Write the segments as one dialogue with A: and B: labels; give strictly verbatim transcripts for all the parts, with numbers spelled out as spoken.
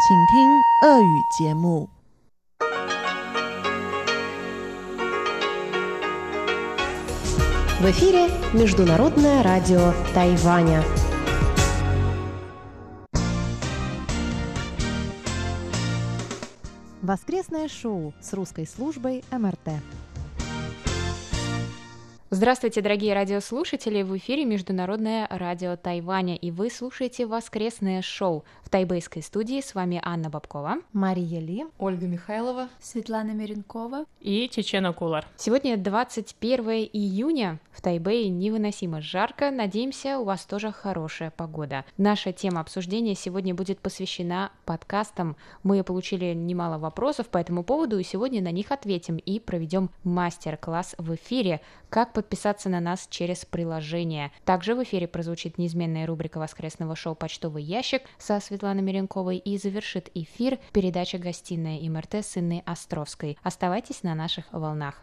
A: 请听俄语节目。
B: В эфире Международное радио Тайваня.
C: Воскресное шоу с русской службой эм эр тэ.
D: Здравствуйте, дорогие радиослушатели! В эфире Международное радио Тайваня, и вы слушаете воскресное шоу. В тайбэйской студии с вами Анна Бабкова,
C: Мария Ли,
E: Ольга Михайлова,
F: Светлана Меренкова
E: и Чечена Кулар.
D: Сегодня двадцать первое июня. В Тайбэе невыносимо жарко. Надеемся, у вас тоже хорошая погода. Наша тема обсуждения сегодня будет посвящена подкастам. Мы получили немало вопросов по этому поводу, и сегодня на них ответим и проведем мастер-класс в эфире «Как подписаться на нас через приложение». Также в эфире прозвучит неизменная рубрика воскресного шоу «Почтовый ящик» со Светланой Меренковой, и завершит эфир передача «Гостиная эм эр тэ» с Инной Островской. Оставайтесь на наших волнах.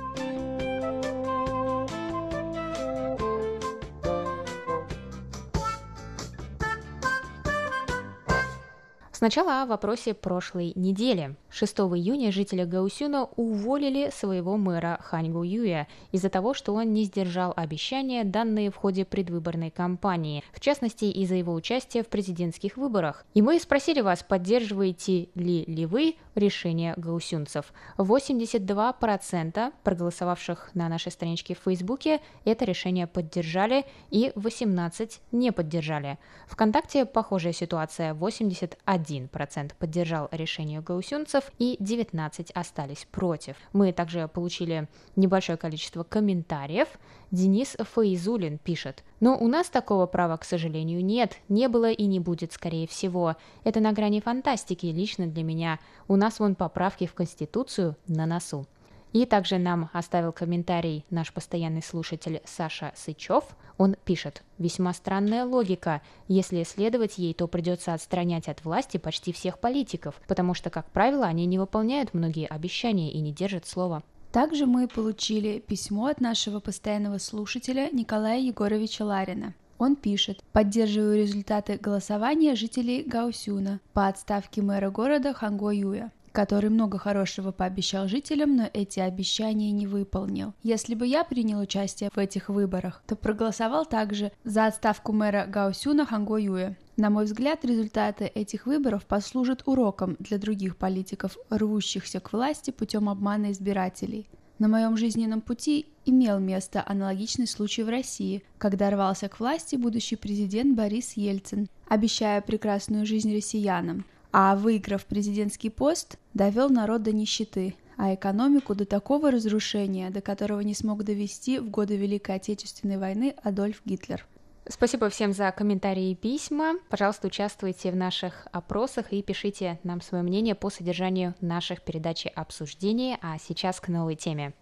D: Сначала о вопросе прошлой недели. шестого июня жители Гаосюна уволили своего мэра Хань Гуюя из-за того, что он не сдержал обещания, данные в ходе предвыборной кампании, в частности из-за его участия в президентских выборах. И мы спросили вас, поддерживаете ли, ли вы решение гаосюнцев. восемьдесят два процента проголосовавших на нашей страничке в Фейсбуке это решение поддержали, и восемнадцать процентов не поддержали. ВКонтакте похожая ситуация: восемьдесят один процент поддержал решение гаосюнцев и девятнадцать процентов остались против. Мы также получили небольшое количество комментариев. Денис Фаизулин пишет: «Но у нас такого права, к сожалению, нет, не было и не будет, скорее всего. Это на грани фантастики лично для меня. У нас вон поправки в Конституцию на носу». И также нам оставил комментарий наш постоянный слушатель Саша Сычев. Он пишет: «Весьма странная логика. Если следовать ей, то придется отстранять от власти почти всех политиков, потому что, как правило, они не выполняют многие обещания и не держат слова».
F: Также мы получили письмо от нашего постоянного слушателя Николая Егоровича Ларина. Он пишет: «Поддерживаю результаты голосования жителей Гаосюна по отставке мэра города Хань Гуюя, который много хорошего пообещал жителям, но эти обещания не выполнил. Если бы я принял участие в этих выборах, то проголосовал также за отставку мэра Гаосюна Хань Гуюя. На мой взгляд, результаты этих выборов послужат уроком для других политиков, рвущихся к власти путем обмана избирателей. На моем жизненном пути имел место аналогичный случай в России, когда рвался к власти будущий президент Борис Ельцин, обещая прекрасную жизнь россиянам, а выиграв президентский пост, довел народ до нищеты, а экономику до такого разрушения, до которого не смог довести в годы Великой Отечественной войны Адольф Гитлер».
D: Спасибо всем за комментарии и письма. Пожалуйста, участвуйте в наших опросах и пишите нам свое мнение по содержанию наших передач и обсуждений. А сейчас к новой теме.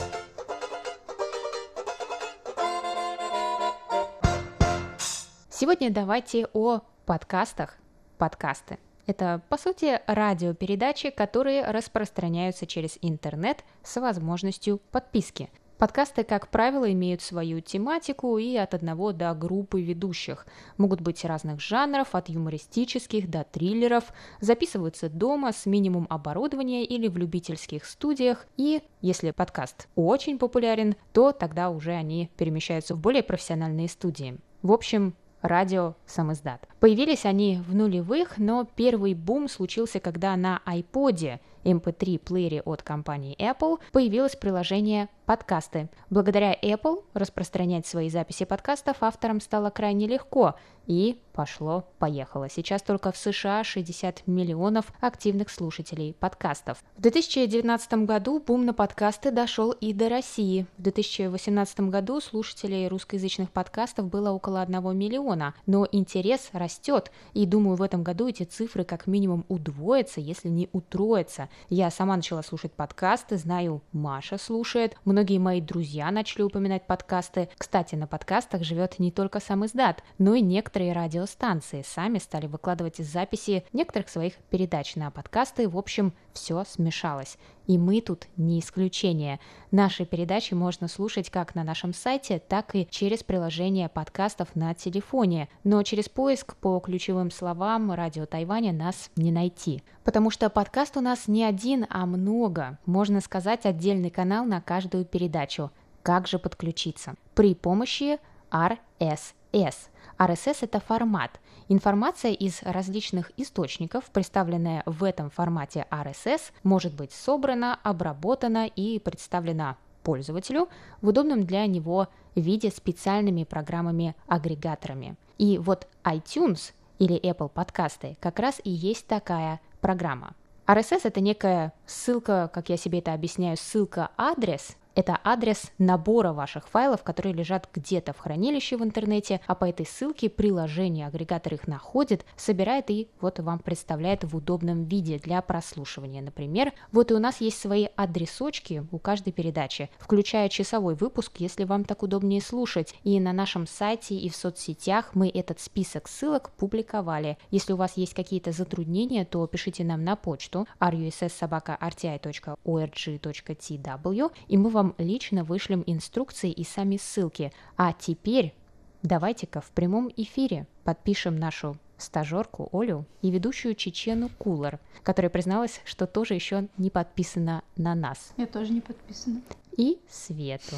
D: Сегодня давайте о подкастах. Подкасты. Это, по сути, радиопередачи, которые распространяются через интернет с возможностью подписки. Подкасты, как правило, имеют свою тематику и от одного до группы ведущих. Могут быть разных жанров, от юмористических до триллеров, записываются дома с минимум оборудования или в любительских студиях, и если подкаст очень популярен, то тогда уже они перемещаются в более профессиональные студии. В общем, радио самиздат. Появились они в нулевых, но первый бум случился, когда на iPod, эм пэ три плеере от компании Apple, появилось приложение «Подкасты». Благодаря Apple распространять свои записи подкастов авторам стало крайне легко, и пошло-поехало. Сейчас только в США шестьдесят миллионов активных слушателей подкастов. В две тысячи девятнадцатом году бум на подкасты дошел и до России. В две тысячи восемнадцатом году слушателей русскоязычных подкастов было около одного миллиона, но интерес растет, и думаю, в этом году эти цифры как минимум удвоятся, если не утроятся. Я сама начала слушать подкасты, знаю, Маша слушает, многие мои друзья начали упоминать подкасты. Кстати, на подкастах живет не только сам издат, но и некоторые радиостанции сами стали выкладывать записи некоторых своих передач на подкасты. В общем, все смешалось. И мы тут не исключение. Наши передачи можно слушать как на нашем сайте, так и через приложение подкастов на телефоне. Но через поиск по ключевым словам «Радио Тайваня» нас не найти. Потому что подкаст у нас не один, а много. Можно сказать, отдельный канал на каждую передачу. Как же подключиться? При помощи ар эс эс. ар эс эс – это формат. Информация из различных источников, представленная в этом формате ар эс эс, может быть собрана, обработана и представлена пользователю в удобном для него виде специальными программами-агрегаторами. И вот iTunes или Apple подкасты как раз и есть такая программа. ар эс эс – это некая ссылка, как я себе это объясняю, ссылка-адрес. Это адрес набора ваших файлов, которые лежат где-то в хранилище в интернете, а по этой ссылке приложение, агрегатор их находит, собирает и вот вам представляет в удобном виде для прослушивания. Например, вот и у нас есть свои адресочки у каждой передачи, включая часовой выпуск, если вам так удобнее слушать. И на нашем сайте и в соцсетях мы этот список ссылок публиковали. Если у вас есть какие-то затруднения, то пишите нам на почту ар ю эс эс собака ар ти ай точка орг точка ти дабл ю, и мы вам лично вышлем инструкции и сами ссылки. А теперь давайте-ка в прямом эфире подпишем нашу стажерку Олю и ведущую Чечену Кулар, которая призналась, что тоже еще не подписана на нас.
F: Я тоже не подписана.
D: И Свету.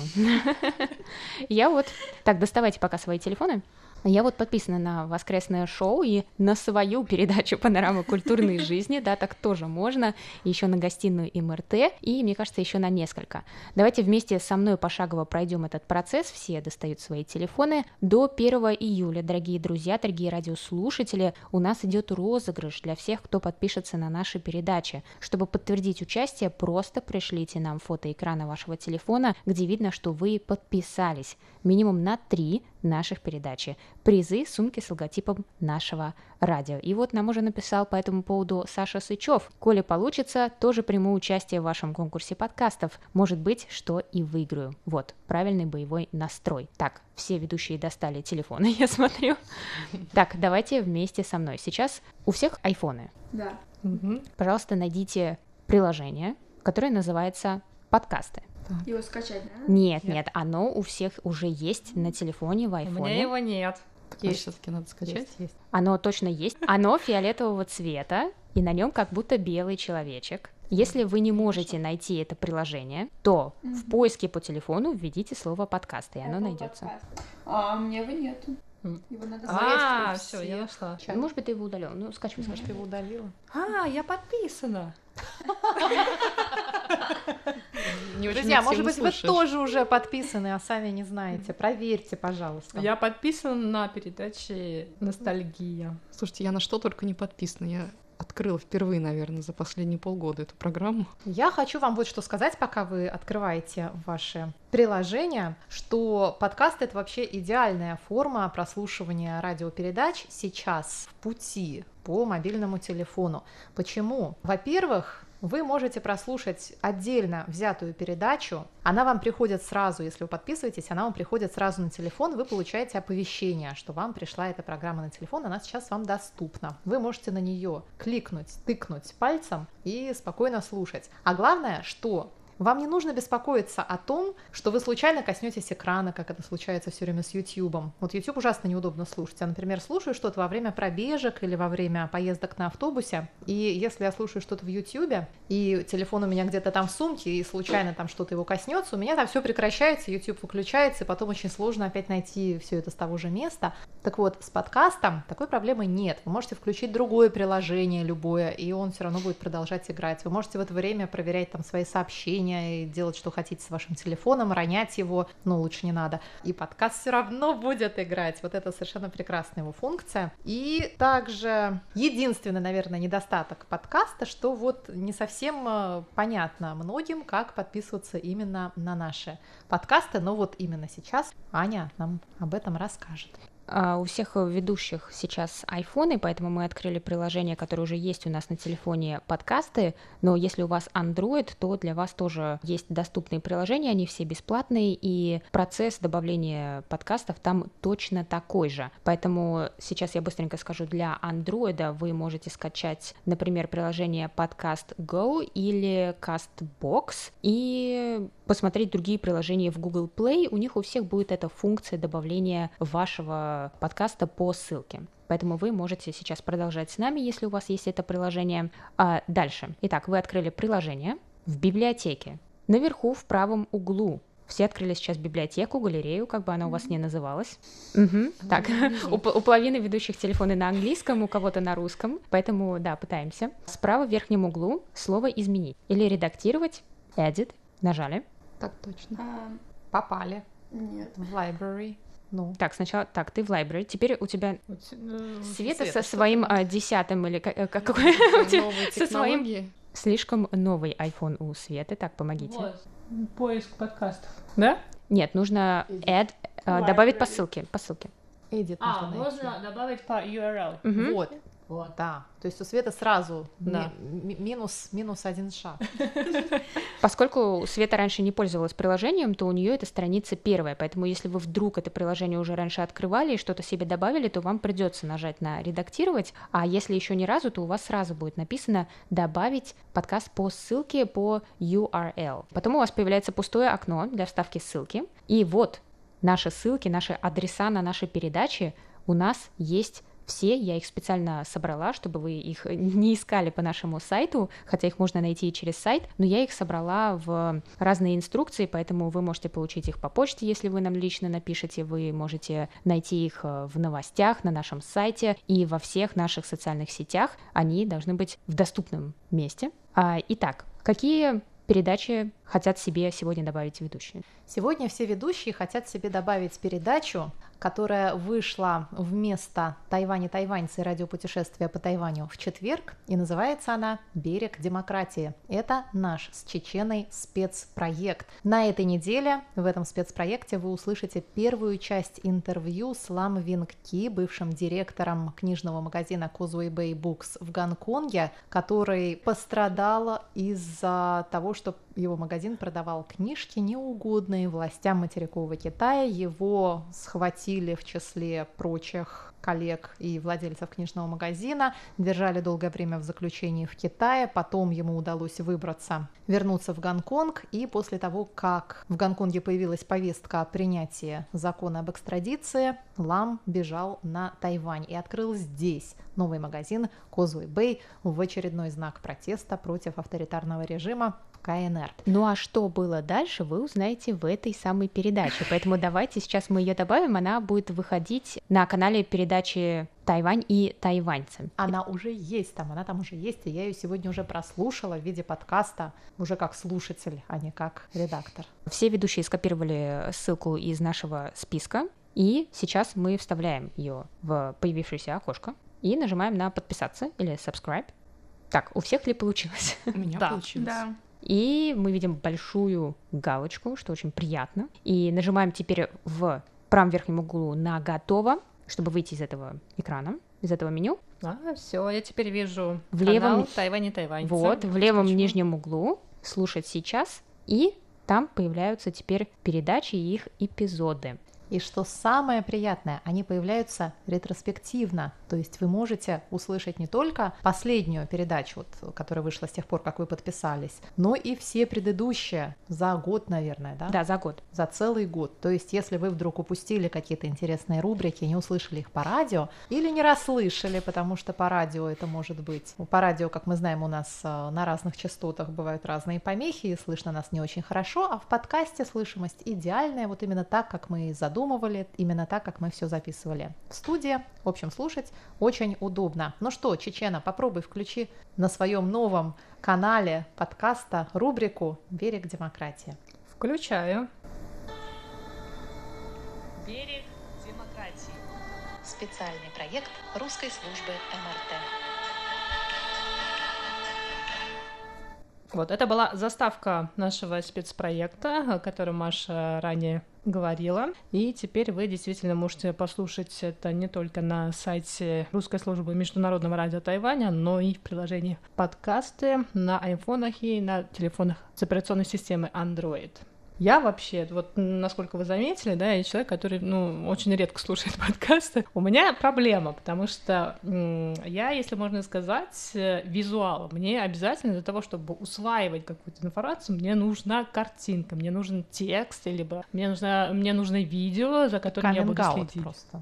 D: Я вот... Так, доставайте пока свои телефоны. Я вот подписана на воскресное шоу и на свою передачу «Панорама культурной жизни», да, так тоже можно, еще на гостиную эм эр тэ, и, мне кажется, еще на несколько. Давайте вместе со мной пошагово пройдем этот процесс, все достают свои телефоны. До первого июля, дорогие друзья, дорогие радиослушатели, у нас идет розыгрыш для всех, кто подпишется на наши передачи. Чтобы подтвердить участие, просто пришлите нам фото экрана вашего телефона, где видно, что вы подписались. Минимум на три наших передачи. Призы, сумки с логотипом нашего радио. И вот нам уже написал по этому поводу Саша Сычев. Коли получится, тоже приму участие в вашем конкурсе подкастов. Может быть, что и выиграю. Вот, правильный боевой настрой. Так, все ведущие достали телефоны, я смотрю. Так, давайте вместе со мной. Сейчас у всех айфоны.
F: Да.
E: Угу.
D: Пожалуйста, найдите приложение, которое называется «Подкасты».
F: Его скачать надо?
D: Нет, нет, нет, оно у всех уже есть на телефоне, в
E: У
D: айфоне.
E: меня его нет.
G: Есть, все-таки надо скачать.
E: Есть, есть.
D: Оно точно есть. Оно фиолетового цвета, и на нем как будто белый человечек. Если вы не можете найти это приложение, то mm-hmm. в поиске по телефону введите слово «подкасты», и оно найдется.
F: А у меня его нету. Его надо
E: А,
F: залезть.
E: все, я нашла.
D: Может быть, ты его удалил. Ну, скачивай, скачивай.
E: Ты его удалила? А, я подписана.
G: Друзья, может быть, вы тоже уже подписаны, а сами не знаете. Проверьте, пожалуйста.
E: Я подписана на передаче «Ностальгия».
G: Слушайте, я на что только не подписана. Я открыла впервые, наверное, за последние полгода эту программу. Я хочу вам вот что сказать, пока вы открываете ваши приложения, что подкаст — это вообще идеальная форма прослушивания радиопередач сейчас в пути по мобильному телефону. Почему? Во-первых, вы можете прослушать отдельно взятую передачу, она вам приходит сразу, если вы подписываетесь, она вам приходит сразу на телефон, вы получаете оповещение, что вам пришла эта программа на телефон, она сейчас вам доступна. Вы можете на нее кликнуть, тыкнуть пальцем и спокойно слушать. А главное, что вам не нужно беспокоиться о том, что вы случайно коснетесь экрана, как это случается все время с YouTube. Вот YouTube ужасно неудобно слушать. Я, например, слушаю что-то во время пробежек или во время поездок на автобусе, и если я слушаю что-то в YouTube, и телефон у меня где-то там в сумке, и случайно там что-то его коснется, у меня там все прекращается, YouTube выключается, и потом очень сложно опять найти все это с того же места. Так вот, с подкастом такой проблемы нет. Вы можете включить другое приложение, любое, и он все равно будет продолжать играть. Вы можете в это время проверять там свои сообщения, и делать, что хотите с вашим телефоном, ронять его, ну, лучше не надо. И подкаст все равно будет играть. Вот это совершенно прекрасная его функция. И также единственный, наверное, недостаток подкаста, что вот не совсем понятно многим, как подписываться именно на наши подкасты, но вот именно сейчас Аня нам об этом расскажет.
D: Uh, у всех ведущих сейчас айфоны, поэтому мы открыли приложение, которое уже есть у нас на телефоне, подкасты, но если у вас Android, то для вас тоже есть доступные приложения, они все бесплатные, и процесс добавления подкастов там точно такой же. Поэтому сейчас я быстренько скажу, для Android вы можете скачать, например, приложение Podcast Go или CastBox и посмотреть другие приложения в Google Play, у них у всех будет эта функция добавления вашего подкаста по ссылке. Поэтому вы можете сейчас продолжать с нами, если у вас есть это приложение. А дальше. Итак, вы открыли приложение в библиотеке. Наверху в правом углу. Все открыли сейчас библиотеку, галерею, как бы она у вас ни называлась. Угу. Так, у, у половины ведущих телефоны на английском, у кого-то на русском. Поэтому, да, пытаемся. Справа в верхнем углу слово «изменить» или «редактировать», «edit». Нажали.
G: Так точно.
F: А,
G: Попали.
F: Нет.
G: В library. Ну.
D: Так, сначала, так, ты в library, теперь у тебя
E: Вот, э,
D: Света
E: Света,
D: со своим а, десятым или как, как какой у тебя?
G: Новые
D: Со своим
G: технологии.
D: слишком новый iPhone у Светы, так, помогите.
E: Вот. Поиск подкастов. Да?
D: Нет, нужно add, а, добавить по ссылке, по ссылке.
G: Edit
E: А,
G: нужно найти.
E: можно добавить по ю ар эл.
D: Мгм.
G: Вот.
E: Вот.
G: Да, то есть у Светы сразу
E: Да.
G: ми- ми- минус, минус один шаг.
D: Поскольку Света раньше не пользовалась приложением, то у нее это страница первая, поэтому если вы вдруг это приложение уже раньше открывали и что-то себе добавили, то вам придется нажать на «редактировать», а если еще ни разу, то у вас сразу будет написано «добавить подкаст по ссылке по ю ар эл». Потом у вас появляется пустое окно для вставки ссылки, и вот наши ссылки, наши адреса на наши передачи у нас есть все, я их специально собрала, чтобы вы их не искали по нашему сайту, хотя их можно найти и через сайт, но я их собрала в разные инструкции, поэтому вы можете получить их по почте, если вы нам лично напишите, вы можете найти их в новостях на нашем сайте и во всех наших социальных сетях, они должны быть в доступном месте. Итак, какие передачи хотят себе сегодня добавить ведущие?
G: Сегодня все ведущие хотят себе добавить передачу, которая вышла вместо «Тайвань и тайваньцы» и радиопутешествия по Тайваню в четверг, и называется она «Берег демократии». Это наш с Чеченой спецпроект. На этой неделе в этом спецпроекте вы услышите первую часть интервью с Лам Винг Ки, бывшим директором книжного магазина Causeway Bay Books в Гонконге, который пострадал из-за того, что его магазин продавал книжки, неугодные властям материкового Китая. Его схватили в числе прочих коллег и владельцев книжного магазина, держали долгое время в заключении в Китае, потом ему удалось выбраться, вернуться в Гонконг, и после того, как в Гонконге появилась повестка о принятии закона об экстрадиции, Лам бежал на Тайвань и открыл здесь новый магазин Causeway Bay в очередной знак протеста против авторитарного режима ка эн эр.
D: Ну а что было дальше, вы узнаете в этой самой передаче, поэтому давайте сейчас мы ее добавим, она будет выходить на канале передачи «Тайвань и тайваньцы».
G: Она уже есть там, она там уже есть, и я ее сегодня уже прослушала в виде подкаста, уже как слушатель, а не как редактор.
D: Все ведущие скопировали ссылку из нашего списка, и сейчас мы вставляем ее в появившееся окошко и нажимаем на «Подписаться» или «Subscribe». Так, у всех ли получилось?
E: У меня
G: Да.
E: получилось.
F: Да.
D: И мы видим большую галочку, что очень приятно. И нажимаем теперь в правом верхнем углу на «Готово», чтобы выйти из этого экрана, из этого меню.
E: А, все, я теперь вижу
D: В левом-
E: канал «Тайвань и тайваньцы».
D: Вот, в левом
E: Скачу.
D: нижнем углу «Слушать сейчас», и там появляются теперь передачи и их эпизоды.
G: И что самое приятное, они появляются ретроспективно, то есть вы можете услышать не только последнюю передачу, вот, которая вышла с тех пор, как вы подписались, но и все предыдущие за год, наверное, да?
D: Да, за год.
G: За целый год. То есть если вы вдруг упустили какие-то интересные рубрики, не услышали их по радио или не расслышали, потому что по радио это может быть. По радио, как мы знаем, у нас э, на разных частотах бывают разные помехи, и слышно нас не очень хорошо, а в подкасте слышимость идеальная, вот именно так, как мы и задумывали, именно так, как мы все записывали в студии. В общем, слушать очень удобно. Ну что, Чечена, попробуй включи на своем новом канале подкаста рубрику «Берег демократии».
E: Включаю.
H: Берег демократии.
A: Специальный проект русской службы эм эр тэ.
E: Вот, это была заставка нашего спецпроекта, о котором Маша ранее говорила. И теперь вы действительно можете послушать это не только на сайте Русской службы Международного радио Тайваня, но и в приложении подкасты на айфонах и на телефонах с операционной системой Android. Я вообще, вот насколько вы заметили, да, я человек, который, ну, очень редко слушает подкасты. У меня проблема, потому что м- я, если можно сказать, визуал. Мне обязательно для того, чтобы усваивать какую-то информацию, мне нужна картинка, мне нужен текст, либо мне нужно, мне нужно видео, за которым я буду следить.
G: Просто.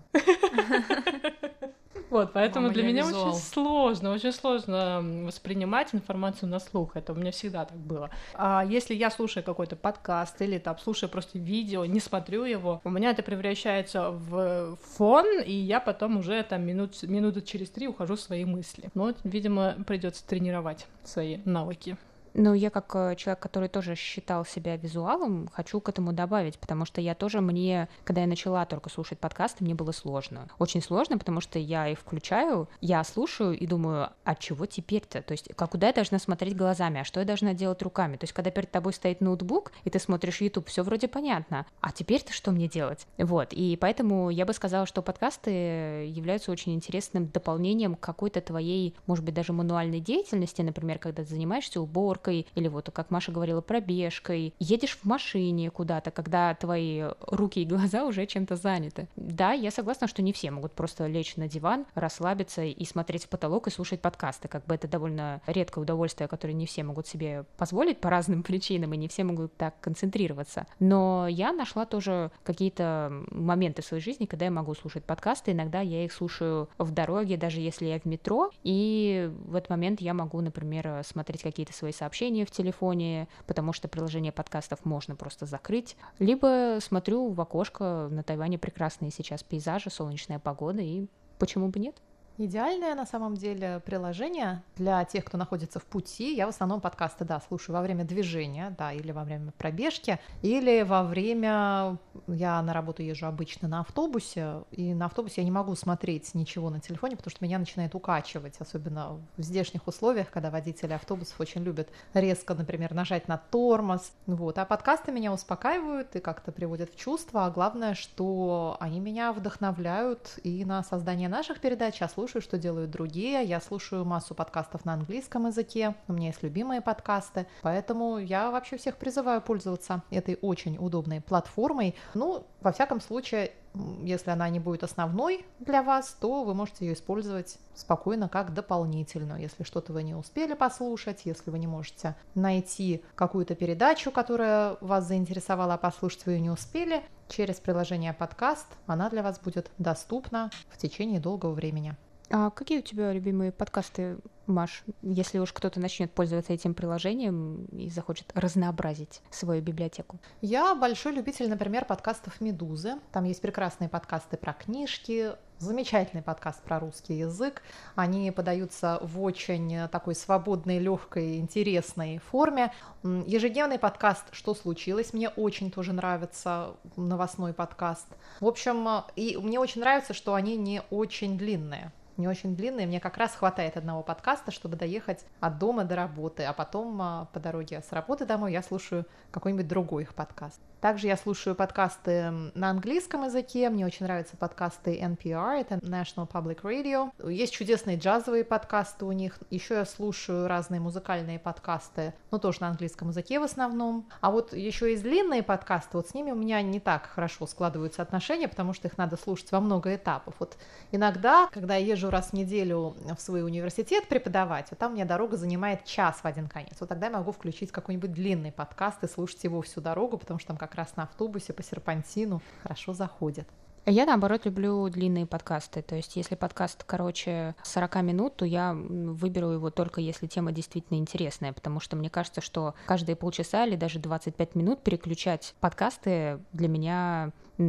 E: Вот, поэтому
G: Мама,
E: для меня
G: визуал.
E: очень сложно, очень сложно воспринимать информацию на слух. Это у меня всегда так было. А если я слушаю какой-то подкаст или там слушаю просто видео, не смотрю его, у меня это превращается в фон, и я потом уже там минут, минуты через три ухожу в свои мысли. Но, видимо, придется тренировать свои навыки.
D: Ну, я как э, человек, который тоже считал себя визуалом, хочу к этому добавить, потому что я тоже мне, когда я начала только слушать подкасты, мне было сложно. Очень сложно, потому что я их включаю, я слушаю и думаю, а чего теперь-то? То есть, как, куда я должна смотреть глазами, а что я должна делать руками? То есть, когда перед тобой стоит ноутбук, и ты смотришь YouTube, все вроде понятно, а теперь-то что мне делать? Вот, и поэтому я бы сказала, что подкасты являются очень интересным дополнением к какой-то твоей, может быть, даже мануальной деятельности, например, когда ты занимаешься уборкой, или вот, как Маша говорила, пробежкой, едешь в машине куда-то, когда твои руки и глаза уже чем-то заняты. Да, я согласна, что не все могут просто лечь на диван, расслабиться и смотреть в потолок и слушать подкасты, как бы это довольно редкое удовольствие, которое не все могут себе позволить по разным причинам, и не все могут так концентрироваться. Но я нашла тоже какие-то моменты в своей жизни, когда я могу слушать подкасты, иногда я их слушаю в дороге, даже если я в метро, и в этот момент я могу, например, смотреть какие-то свои сообщения в телефоне, потому что приложение подкастов можно просто закрыть, либо смотрю в окошко, на Тайване прекрасные сейчас пейзажи, солнечная погода, и почему бы нет?
G: Идеальное на самом деле приложение для тех, кто находится в пути. Я в основном подкасты, да, слушаю во время движения, да, или во время пробежки, или во время... Я на работу езжу обычно на автобусе, и на автобусе я не могу смотреть ничего на телефоне, потому что меня начинает укачивать, особенно в здешних условиях, когда водители автобусов очень любят резко, например, нажать на тормоз. Вот. А подкасты меня успокаивают и как-то приводят в чувство, а главное, что они меня вдохновляют и на создание наших передач, а слушаю, что делают другие. Я слушаю массу подкастов на английском языке. У меня есть любимые подкасты. Поэтому я вообще всех призываю пользоваться этой очень удобной платформой. Ну, во всяком случае, если она не будет основной для вас, то вы можете ее использовать спокойно как дополнительную. Если что-то вы не успели послушать, если вы не можете найти какую-то передачу, которая вас заинтересовала, а послушать вы ее не успели, через приложение подкаст она для вас будет доступна в течение долгого времени.
D: А какие у тебя любимые подкасты, Маш, если уж кто-то начнет пользоваться этим приложением и захочет разнообразить свою библиотеку?
G: Я большой любитель, например, подкастов «Медузы». Там есть прекрасные подкасты про книжки, замечательный подкаст про русский язык. Они подаются в очень такой свободной, легкой, интересной форме. Ежедневный подкаст «Что случилось?» мне очень тоже нравится, новостной подкаст. В общем, и мне очень нравится, что они не очень длинные. Не очень длинные, мне как раз хватает одного подкаста, чтобы доехать от дома до работы, а потом по дороге с работы домой я слушаю какой-нибудь другой их подкаст. Также я слушаю подкасты на английском языке, мне очень нравятся подкасты эн пи ар, это National Public Radio. Есть чудесные джазовые подкасты у них, еще я слушаю разные музыкальные подкасты, но тоже на английском языке в основном. А вот еще есть длинные подкасты, вот с ними у меня не так хорошо складываются отношения, потому что их надо слушать во много этапов. Вот иногда, когда я езжу раз в неделю в свой университет преподавать, вот там у меня дорога занимает час в один конец. Вот тогда я могу включить какой-нибудь длинный подкаст и слушать его всю дорогу, потому что там как раз на автобусе по серпантину хорошо заходит.
D: Я, наоборот, люблю длинные подкасты. То есть, если подкаст короче сорок минут, то я выберу его только если тема действительно интересная, потому что мне кажется, что каждые полчаса или даже двадцать пять минут переключать подкасты для меня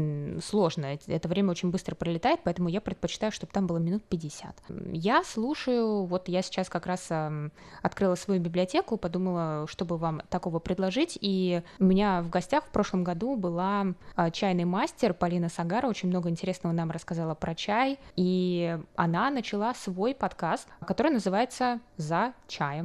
D: сложно. Это время очень быстро пролетает, поэтому я предпочитаю, чтобы там было минут пятьдесят. Я слушаю, вот я сейчас как раз открыла свою библиотеку, подумала, чтобы вам такого предложить, и у меня в гостях в прошлом году была чайный мастер Полина Сагара, очень много интересного нам рассказала про чай, и она начала свой подкаст, который называется «За чаем».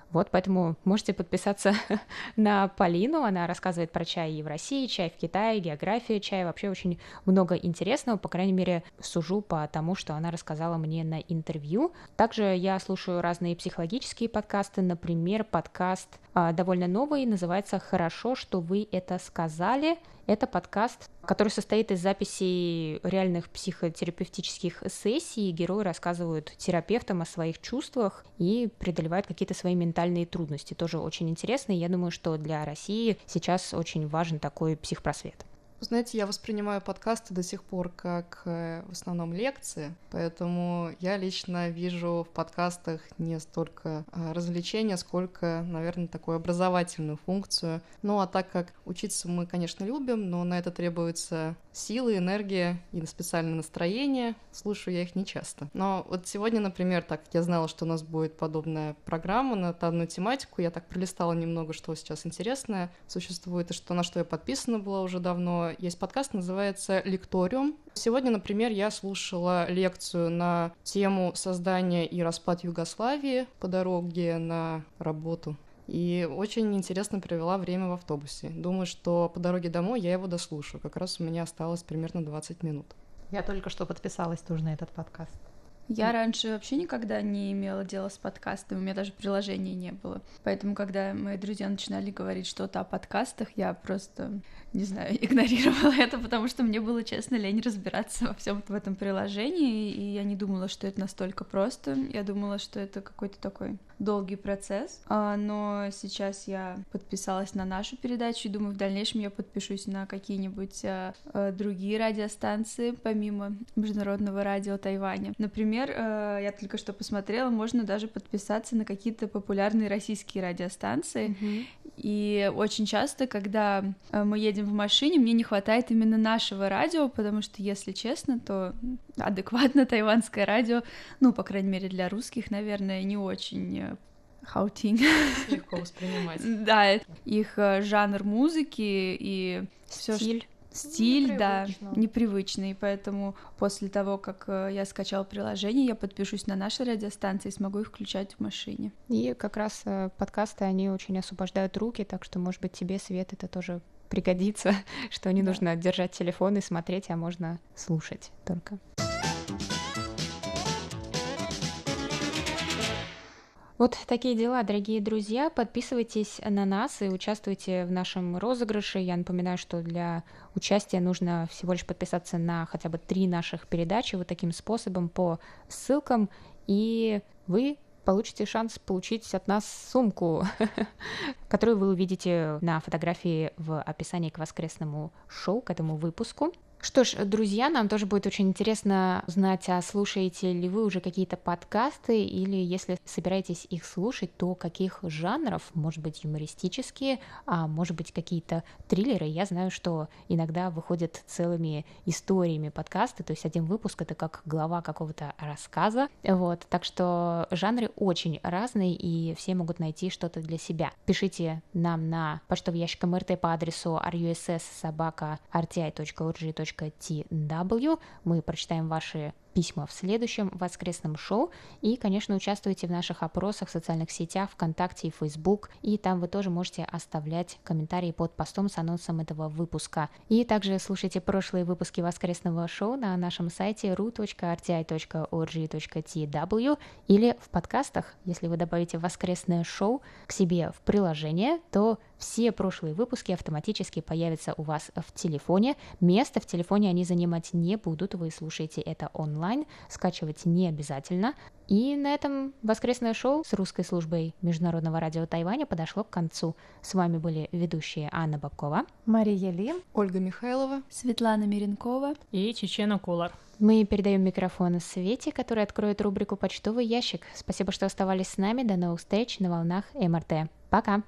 D: Вот, поэтому можете подписаться на Полину, она рассказывает про чай и в России, чай в Китае, географию чая, вообще очень много интересного, по крайней мере, сужу по тому, что она рассказала мне на интервью. Также я слушаю разные психологические подкасты, например, подкаст а, довольно новый, называется «Хорошо, что вы это сказали». Это подкаст, который состоит из записей реальных психотерапевтических сессий. Герои рассказывают терапевтам о своих чувствах и преодолевают какие-то свои ментальные трудности. Тоже очень интересно, и я думаю, что для России сейчас очень важен такой психпросвет.
I: Знаете, я воспринимаю подкасты до сих пор как в основном лекции, поэтому я лично вижу в подкастах не столько развлечения, сколько, наверное, такую образовательную функцию. Ну а так как учиться мы, конечно, любим, но на это требуется силы, энергия и специальное настроение, слушаю я их нечасто. Но вот сегодня, например, так как я знала, что у нас будет подобная программа на данную тематику, я так пролистала немного, что сейчас интересное существует и что, на что я подписана была уже давно. Есть подкаст, называется «Лекториум». Сегодня, например, я слушала лекцию на тему создания и распад Югославии по дороге на работу. И очень интересно провела время в автобусе. Думаю, что по дороге домой я его дослушаю. Как раз у меня осталось примерно двадцать минут.
G: Я только что подписалась тоже на этот подкаст.
F: Я раньше вообще никогда не имела дела с подкастами, у меня даже приложения не было. Поэтому, когда мои друзья начинали говорить что-то о подкастах, я просто, не знаю, игнорировала это, потому что мне было, честно, лень разбираться во всем в этом приложении, и я не думала, что это настолько просто. Я думала, что это какой-то такой долгий процесс, но сейчас я подписалась на нашу передачу и думаю, в дальнейшем я подпишусь на какие-нибудь другие радиостанции, помимо Международного радио Тайваня. Например, я только что посмотрела, можно даже подписаться на какие-то популярные российские радиостанции. Mm-hmm. И очень часто, когда мы едем в машине, мне не хватает именно нашего радио, потому что, если честно, то адекватно тайванское радио, ну, по крайней мере, для русских, наверное, не очень хаутинг.
I: Легко воспринимать.
F: Да, их жанр музыки и все
D: стиль.
F: Стиль, да, непривычный, поэтому после того, как я скачала приложение, я подпишусь на наши радиостанции и смогу их включать в машине.
D: И как раз подкасты, они очень освобождают руки, так что, может быть, тебе, Свет, это тоже пригодится, что не да. нужно держать телефон и смотреть, а можно слушать только. Вот такие дела, дорогие друзья. Подписывайтесь на нас и участвуйте в нашем розыгрыше. Я напоминаю, что для участия нужно всего лишь подписаться на хотя бы три наших передачи вот таким способом по ссылкам, и вы получите шанс получить от нас сумку, которую вы увидите на фотографии в описании к воскресному шоу, к этому выпуску. Что ж, друзья, нам тоже будет очень интересно узнать, а слушаете ли вы уже какие-то подкасты, или если собираетесь их слушать, то каких жанров, может быть, юмористические, а может быть, какие-то триллеры. Я знаю, что иногда выходят целыми историями подкасты, то есть один выпуск — это как глава какого-то рассказа, вот, так что жанры очень разные, и все могут найти что-то для себя. Пишите нам на почтовый ящик эм эр тэ по адресу ар ю эс эс собака эр ти ай точка о эр джи точка ти дабл ю. Мы прочитаем ваши письма в следующем воскресном шоу. И, конечно, участвуйте в наших опросах в социальных сетях, ВКонтакте и Фейсбук. И там вы тоже можете оставлять комментарии под постом с анонсом этого выпуска. И также слушайте прошлые выпуски воскресного шоу на нашем сайте ру точка эр ти ай точка о эр джи точка ти дабл ю или в подкастах. Если вы добавите воскресное шоу к себе в приложение, то все прошлые выпуски автоматически появятся у вас в телефоне. Место в телефоне они занимать не будут. Вы слушаете это онлайн, скачивать не обязательно. И на этом воскресное шоу с русской службой Международного радио Тайваня подошло к концу. С вами были ведущие Анна Бабкова,
G: Мария Ли,
I: Ольга Михайлова,
F: Светлана Миренкова
E: и Чечена Кулар.
D: Мы передаем микрофон Свете, которая откроет рубрику «Почтовый ящик». Спасибо, что оставались с нами. До новых встреч на волнах эм эр тэ. Пока!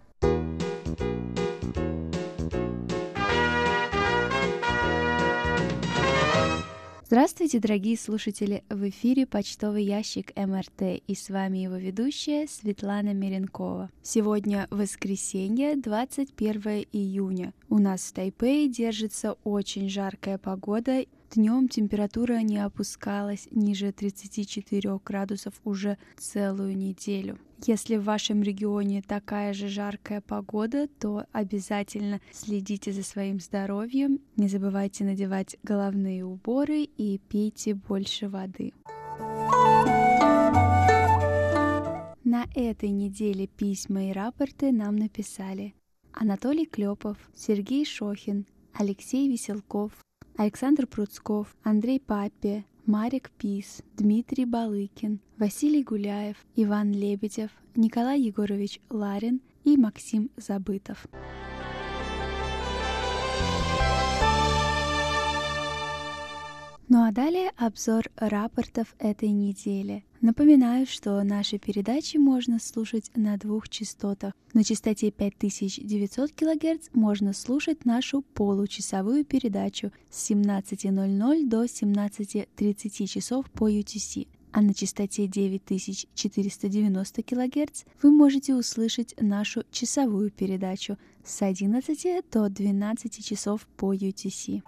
F: Здравствуйте, дорогие слушатели! В эфире почтовый ящик эм эр тэ, и с вами его ведущая Светлана Миренкова. Сегодня воскресенье, двадцать первое июня. У нас в Тайпэе держится очень жаркая погода. Днем температура не опускалась ниже тридцати четырёх градусов уже целую неделю. Если в вашем регионе такая же жаркая погода, то обязательно следите за своим здоровьем, не забывайте надевать головные уборы и пейте больше воды. На этой неделе письма и рапорты нам написали Анатолий Клепов, Сергей Шохин, Алексей Веселков, Александр Пруцков, Андрей Папе, Марик Пис, Дмитрий Балыкин, Василий Гуляев, Иван Лебедев, Николай Егорович Ларин и Максим Забытов. Ну а далее обзор рапортов этой недели. Напоминаю, что наши передачи можно слушать на двух частотах. На частоте пять тысяч девятьсот килогерц можно слушать нашу получасовую передачу с семнадцати ноль-ноль до семнадцати тридцати часов по ю ти си. А на частоте девять тысяч четыреста девяносто килогерц вы можете услышать нашу часовую передачу с одиннадцати до двенадцати часов по ю ти си.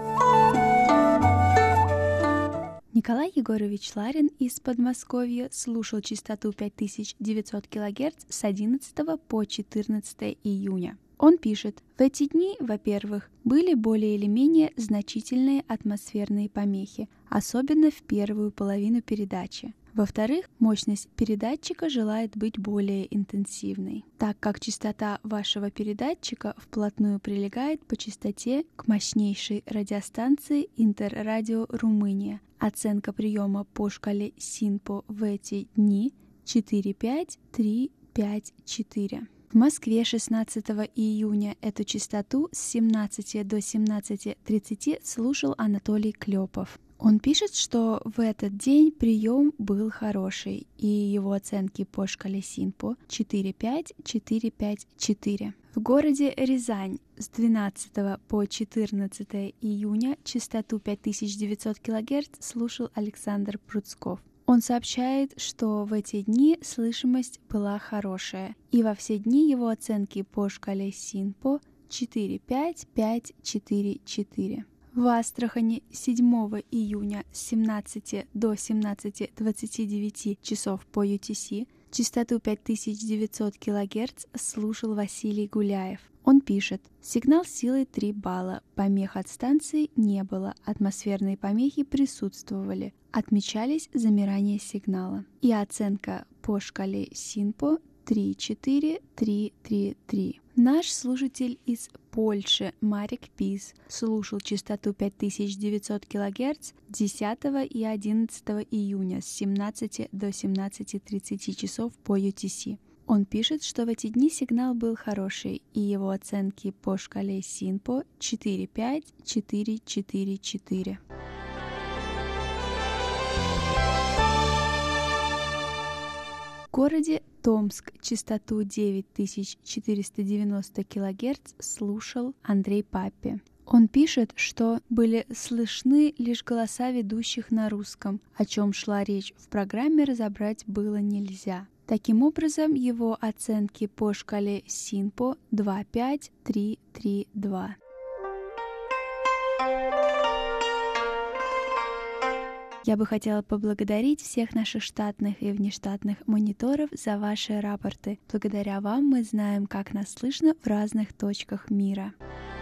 F: Николай Егорович Ларин из Подмосковья слушал частоту пять тысяч девятьсот килогерц с одиннадцатого по четырнадцатое июня. Он пишет: в эти дни, во-первых, были более или менее значительные атмосферные помехи, особенно в первую половину передачи. Во-вторых, мощность передатчика желает быть более интенсивной, так как частота вашего передатчика вплотную прилегает по частоте к мощнейшей радиостанции Интеррадио Румыния. Оценка приема по шкале Синпо в эти дни четыре пять три пять четыре. В Москве шестнадцатого июня эту частоту с семнадцати до семнадцати тридцати слушал Анатолий Клепов. Он пишет, что в этот день прием был хороший, и его оценки по шкале Синпо четыре пять четыре пять четыре. В городе Рязань с двенадцатого по четырнадцатое июня частоту пять тысяч девятьсот килогерц слушал Александр Пруцков. Он сообщает, что в эти дни слышимость была хорошая, и во все дни его оценки по шкале Синпо четыре пять пять четыре четыре. В Астрахани седьмого июня с семнадцати до семнадцати двадцати девяти часов по ю ти си частоту пять тысяч девятьсот килогерц слушал Василий Гуляев. Он пишет: сигнал силой три балла, помех от станции не было, атмосферные помехи присутствовали, отмечались замирания сигнала. И оценка по шкале Синпо три четыре три три три. Наш слушатель из Польши Марик Пис слушал частоту пять тысяч девятьсот килогерц десятого и одиннадцатого июня с семнадцати до семнадцати тридцати часов по ю ти си. Он пишет, что в эти дни сигнал был хороший, и его оценки по шкале Синпо четыре пять четыре четыре четыре. В городе Томск частоту девять тысяч четыреста девяносто килогерц слушал Андрей Папе. Он пишет, что были слышны лишь голоса ведущих на русском, о чем шла речь в программе, разобрать было нельзя. Таким образом, его оценки по шкале Синпо два пять три три два. Я бы хотела поблагодарить всех наших штатных и внештатных мониторов за ваши рапорты. Благодаря вам мы знаем, как нас слышно в разных точках мира.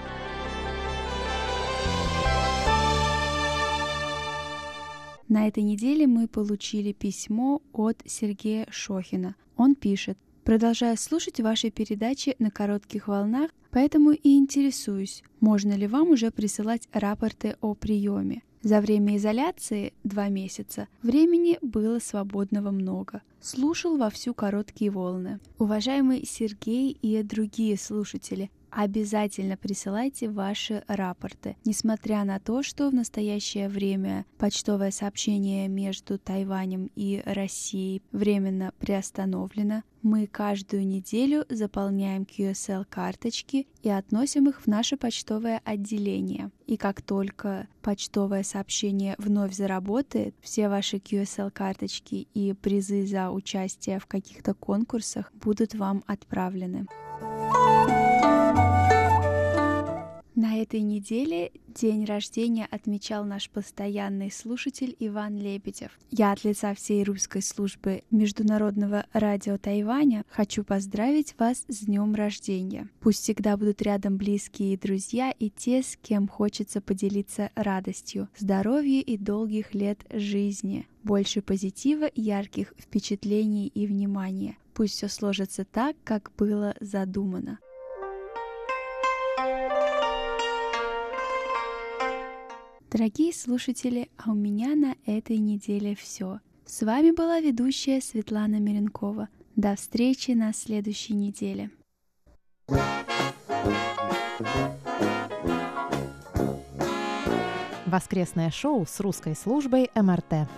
F: На этой неделе мы получили письмо от Сергея Шохина. Он пишет: продолжаю слушать ваши передачи на коротких волнах, поэтому и интересуюсь, можно ли вам уже присылать рапорты о приеме. За время изоляции, два месяца, времени было свободного много. Слушал вовсю короткие волны. Уважаемый Сергей и другие слушатели, обязательно присылайте ваши рапорты. Несмотря на то, что в настоящее время почтовое сообщение между Тайванем и Россией временно приостановлено, мы каждую неделю заполняем кью эс эл-карточки и относим их в наше почтовое отделение. И как только почтовое сообщение вновь заработает, все ваши кью эс эл-карточки и призы за участие в каких-то конкурсах будут вам отправлены. На этой неделе день рождения отмечал наш постоянный слушатель Иван Лебедев. Я от лица всей русской службы Международного радио Тайваня хочу поздравить вас с днем рождения. Пусть всегда будут рядом близкие и друзья и те, с кем хочется поделиться радостью, здоровья и долгих лет жизни, больше позитива, ярких впечатлений и внимания. Пусть все сложится так, как было задумано. Дорогие слушатели, а у меня на этой неделе все. С вами была ведущая Светлана Миренкова. До встречи на следующей неделе.
C: Воскресное шоу с русской службой эм эр тэ.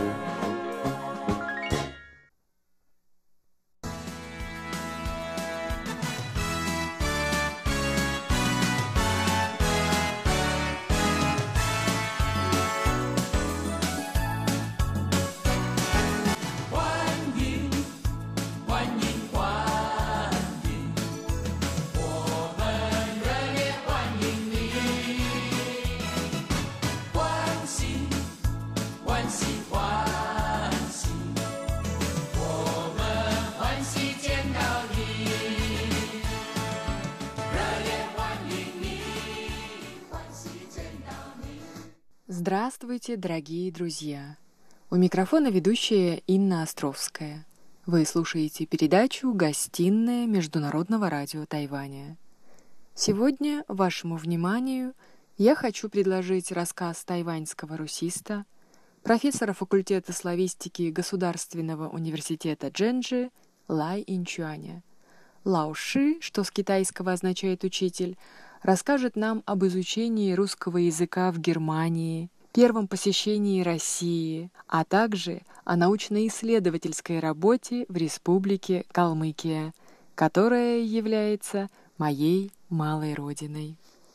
J: Здравствуйте, дорогие друзья! У микрофона ведущая Инна Островская. Вы слушаете передачу «Гостиная Международного радио Тайваня». Сегодня вашему вниманию я хочу предложить рассказ тайваньского русиста, профессора факультета славистики Государственного университета Джэнджи Лай Инчуаня. Лао Ши, что с китайского означает «учитель», расскажет нам об изучении русского языка в Германии, первом посещении России, а также о научно-исследовательской работе в Республике Калмыкия, которая является моей малой родиной.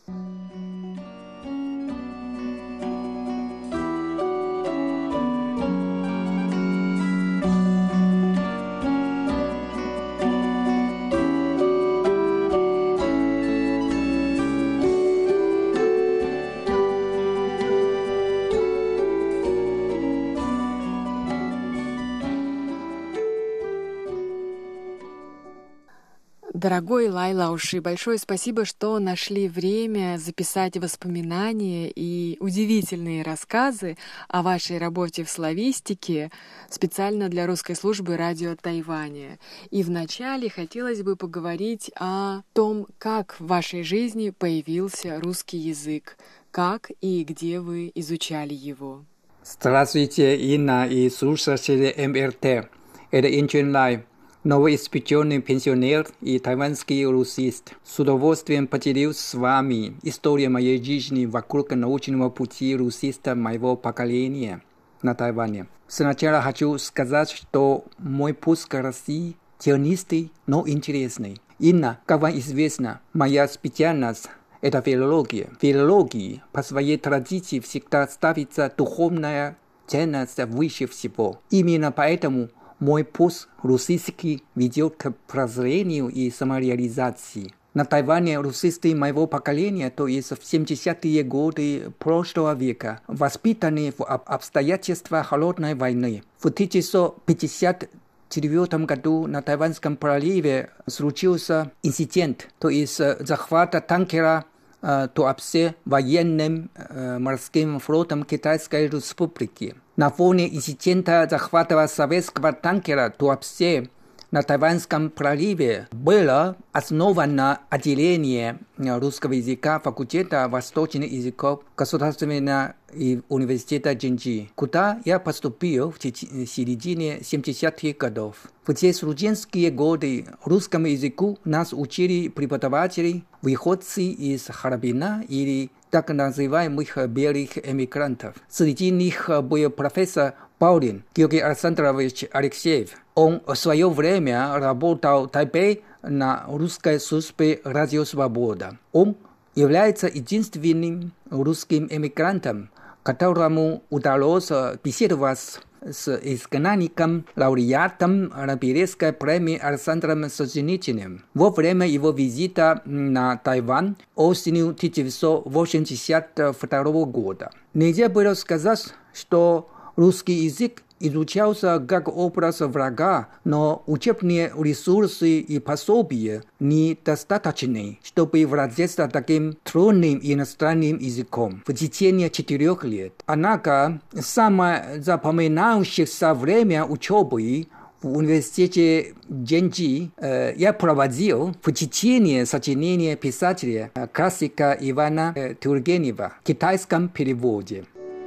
J: Дорогой Лай Лауши, большое спасибо, что нашли время записать воспоминания и удивительные рассказы о вашей работе в славистике специально для русской службы радио Тайваня. И вначале хотелось бы поговорить о том, как в вашей жизни появился русский язык, как и где вы изучали его.
K: Здравствуйте, Инна и слушатели эм эр тэ. Это Инчен Лай, новоиспеченный пенсионер и тайваньский русист. С удовольствием поделюсь с вами историей моей жизни вокруг научного пути русиста моего поколения на Тайване. Сначала хочу сказать, что мой путь к России тернистый, но интересный. Инна, как вам известно, моя специальность – это филология. В филологии по своей традиции всегда ставится духовная ценность выше всего. Именно поэтому мой путь русский ведет к прозрению и самореализации. На Тайване русисты моего поколения, то есть в семидесятые годы прошлого века, воспитаны в обстоятельствах холодной войны. В тысяча девятьсот пятьдесят четвёртом году на Тайваньском проливе случился инцидент, то есть захват танкера Туапсе военным э, морским флотом Китайской Республики. На фоне инцидента захвата советского танкера Туапсе на Тайваньском проливе было основано отделение русского языка факультета восточных языков Государственного университета Джэнджи, куда я поступил в середине семидесятых годов. В те студенческие годы русскому языку нас учили преподаватели, выходцы из Харбина или так называемых белых эмигрантов. Среди них был профессор Паулин Георгий Александрович Алексеев. Он в свое время работал в Тайбэе на русской службе «Радио Свобода». Он является единственным русским эмигрантом, которому удалось беседовать с изгнанником, лауреатом Нобелевской премии Александром Солженицыным во время его визита на Тайвань осенью тысяча девятьсот восемьдесят второго года. Нельзя было сказать, что русский язык изучался как образ врага, но учебные ресурсы и пособия недостаточны, чтобы владеть таким трудным иностранным языком в течение четырех лет. Однако, самое запоминающееся время учебы в университете Джэньчжи э, я проводил в течение сочинения писателя э, классика Ивана э, Тургенева в китайском переводе.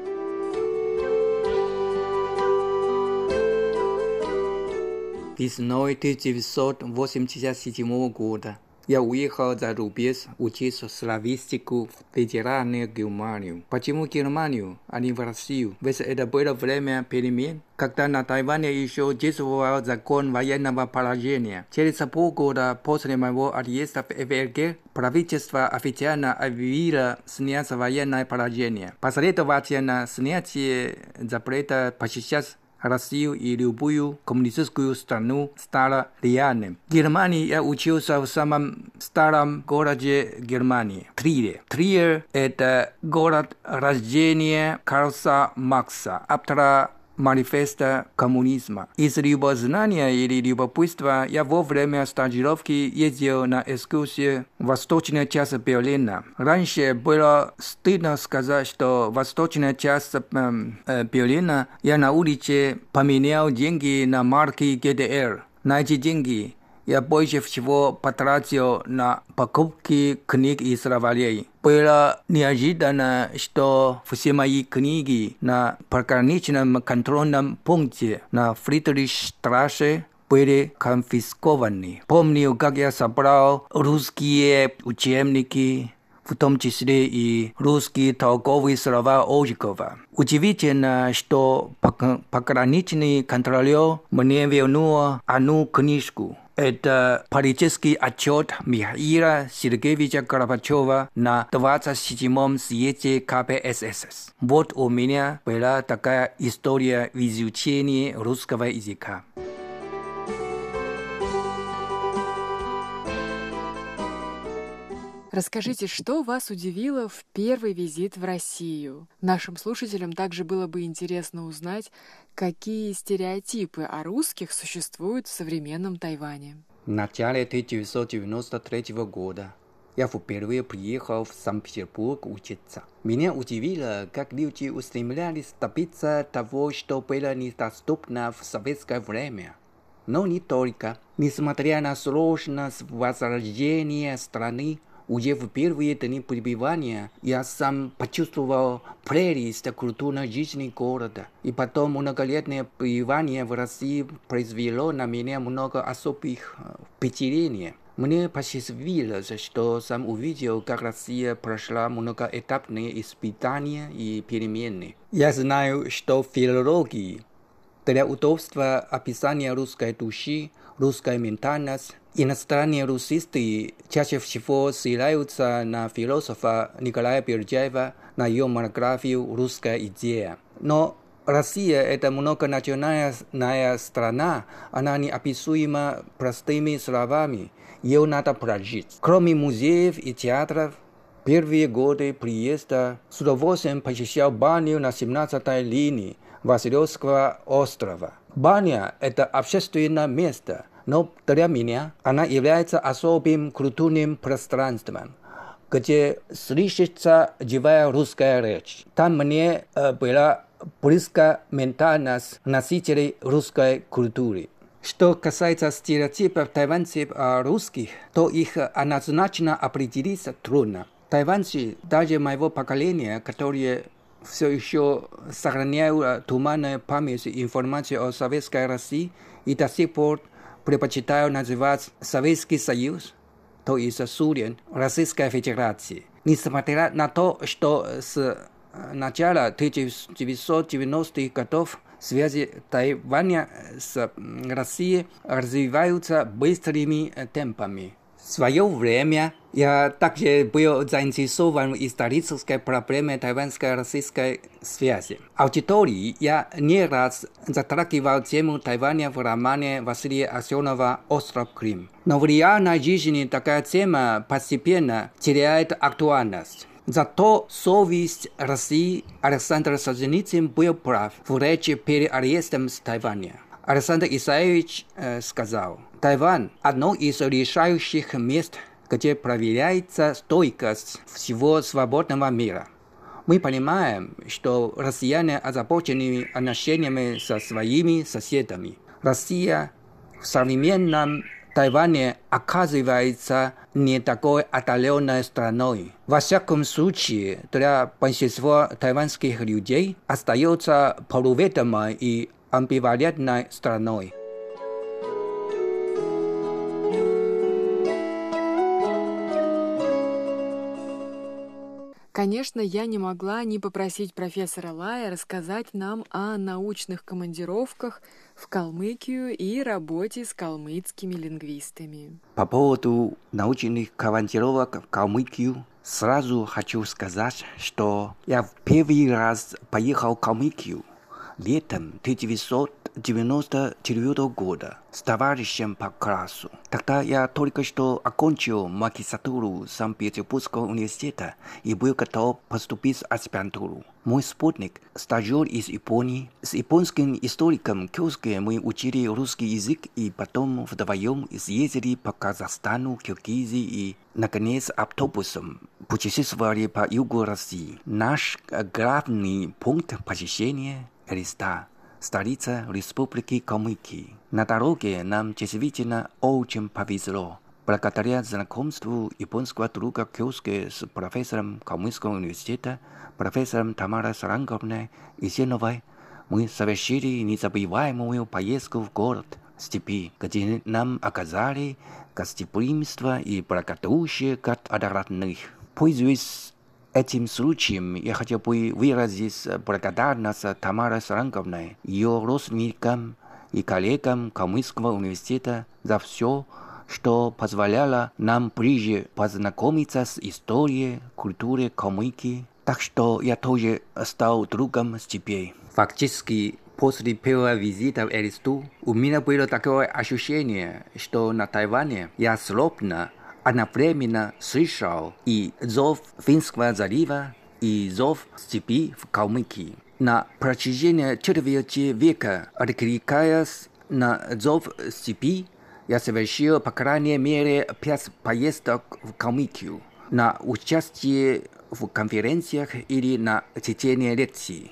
K: Весной тысяча девятьсот восемьдесят седьмого года я уехал за рубеж учить славистику в Федеральную Германию. Почему Германию, а не в Россию? Ведь это было время перемен, когда на Тайване еще действовал закон военного положения. Через полгода после моего отъезда в эф эр гэ правительство официально объявило снять военное положение. Последовательно снятие запрета посещать Россию и любую коммунистическую страну стало реальным. В Германии я учился в самом старом городе Германии – Триере. Триер – это город рождения Карла Маркса, автора манифеста коммунизма. Из любознания или любопытства я во время стажировки ездил на экскурсию в восточную часть Берлина. Раньше было стыдно сказать, что восточная часть э, Берлина я на улице поменял деньги на марки гэ дэ эр. На эти деньги я больше всего потратил на покупки книг и словарей. Было неожиданно, что все мои книги на пограничном контрольном пункте на Фридрихштрассе были конфискованы. Помню, как я собрал русские учебники, в том числе и русские торговые слова Ожегова. Удивительно, что пограничный контролер мне вернул одну книжку. Это политический отчет Михаила Сергеевича Горбачева на двадцать седьмом съезде ка пэ эс эс эс. Вот у меня была такая история в изучении русского языка.
J: Расскажите, что вас удивило в первый визит в Россию? Нашим слушателям также было бы интересно узнать, какие стереотипы о русских существуют в современном Тайване.
K: В начале тысяча девятьсот девяносто третьего года я впервые приехал в Санкт-Петербург учиться. Меня удивило, как люди устремлялись добиться того, что было недоступно в советское время. Но не только. Несмотря на сложность возрождения страны, уже в первые дни пребывания я сам почувствовал прелесть культурной жизни города. И потом многолетнее пребывание в России произвело на меня много особых впечатлений. Мне посчастливилось, что сам увидел, как Россия прошла многоэтапные испытания и перемены. Я знаю, что в филологии для удобства описания русской души, русской ментальности, иностранные русисты чаще всего ссылаются на философа Николая Бердяева, на ее монографию «Русская идея». Но Россия – это многонациональная страна, она неописуема простыми словами, ее надо прожить. Кроме музеев и театров, первые годы приезда с удовольствием посещал баню на семнадцатой линии Васильевского острова. Баня – это общественное место, но для меня она является особым культурным пространством, где слышится живая русская речь. Там мне э, была близка ментальность носителей русской культуры. Что касается стереотипов тайваньцев о русских, то их однозначно определить трудно. Тайваньцы, даже моего поколения, которые все еще сохраняют туманную память и информацию о советской России и до сих пор предпочитаю называть Советский Союз, то есть Сурен, Российской Федерации. Несмотря на то, что с начала тысяча девятьсот девяностых годов связи Тайваня с Россией развиваются быстрыми темпами. В свое время Я также был заинтересован в исторической проблеме тайваньско-российской связи. Аудитории я не раз затрагивал тему Тайваня в романе Василия Аксенова «Остров Крым». Но в реальной жизни такая тема постепенно теряет актуальность. Зато совесть России Александр Солженицын был прав в речи перед арестом с Тайваня. Александр Исаевич э, сказал: «Тайвань – одно из решающих мест, где проверяется стойкость всего свободного мира. Мы понимаем, что россияне озабочены отношениями со своими соседями. Россия в современном Тайване оказывается не такой отдаленной страной. Во всяком случае, для большинства тайваньских людей остается полуведомой и амбивалентной страной».
J: Конечно, я не могла не попросить профессора Лая рассказать нам о научных командировках в Калмыкию и работе с калмыцкими лингвистами.
K: По поводу научных командировок в Калмыкию сразу хочу сказать, что я в первый раз поехал в Калмыкию летом тысяча девятьсот девяносто четвёртого года с товарищем по классу. Тогда я только что окончил магистратуру Санкт-Петербургского университета и был готов поступить в аспирантуру. Мой спутник, стажер из Японии, с японским историком Кёске мы учили русский язык и потом вдвоем съездили по Казахстану, Киргизии и, наконец, автобусом путешествовали по югу России. Наш главный пункт посещения – Элиста, столица Республики Калмыкия. На дороге нам действительно очень повезло. Благодаря знакомству японского друга Кёске с профессором Калмыцкого университета, профессором Тамарой Саранговной Есеновой, мы совершили незабываемую поездку в город степи, где нам оказали гостеприимство и благодушие как от родных. Пользуясь этим случаем я хотел бы выразить благодарность Тамаре Саранговной, ее родственникам и коллегам Калмыцкого университета за все, что позволяло нам ближе познакомиться с историей, культурой Калмыкии. Так что я тоже стал другом степей. Фактически, после первого визита в Элисту у меня было такое ощущение, что на Тайване я словно одновременно слышал и зов Финского залива, и зов степи в Калмыкии. На протяжении четверти века, откликаясь на зов степи, я совершил, по крайней мере, пять поездок в Калмыкию на участие в конференциях или на чтение лекций.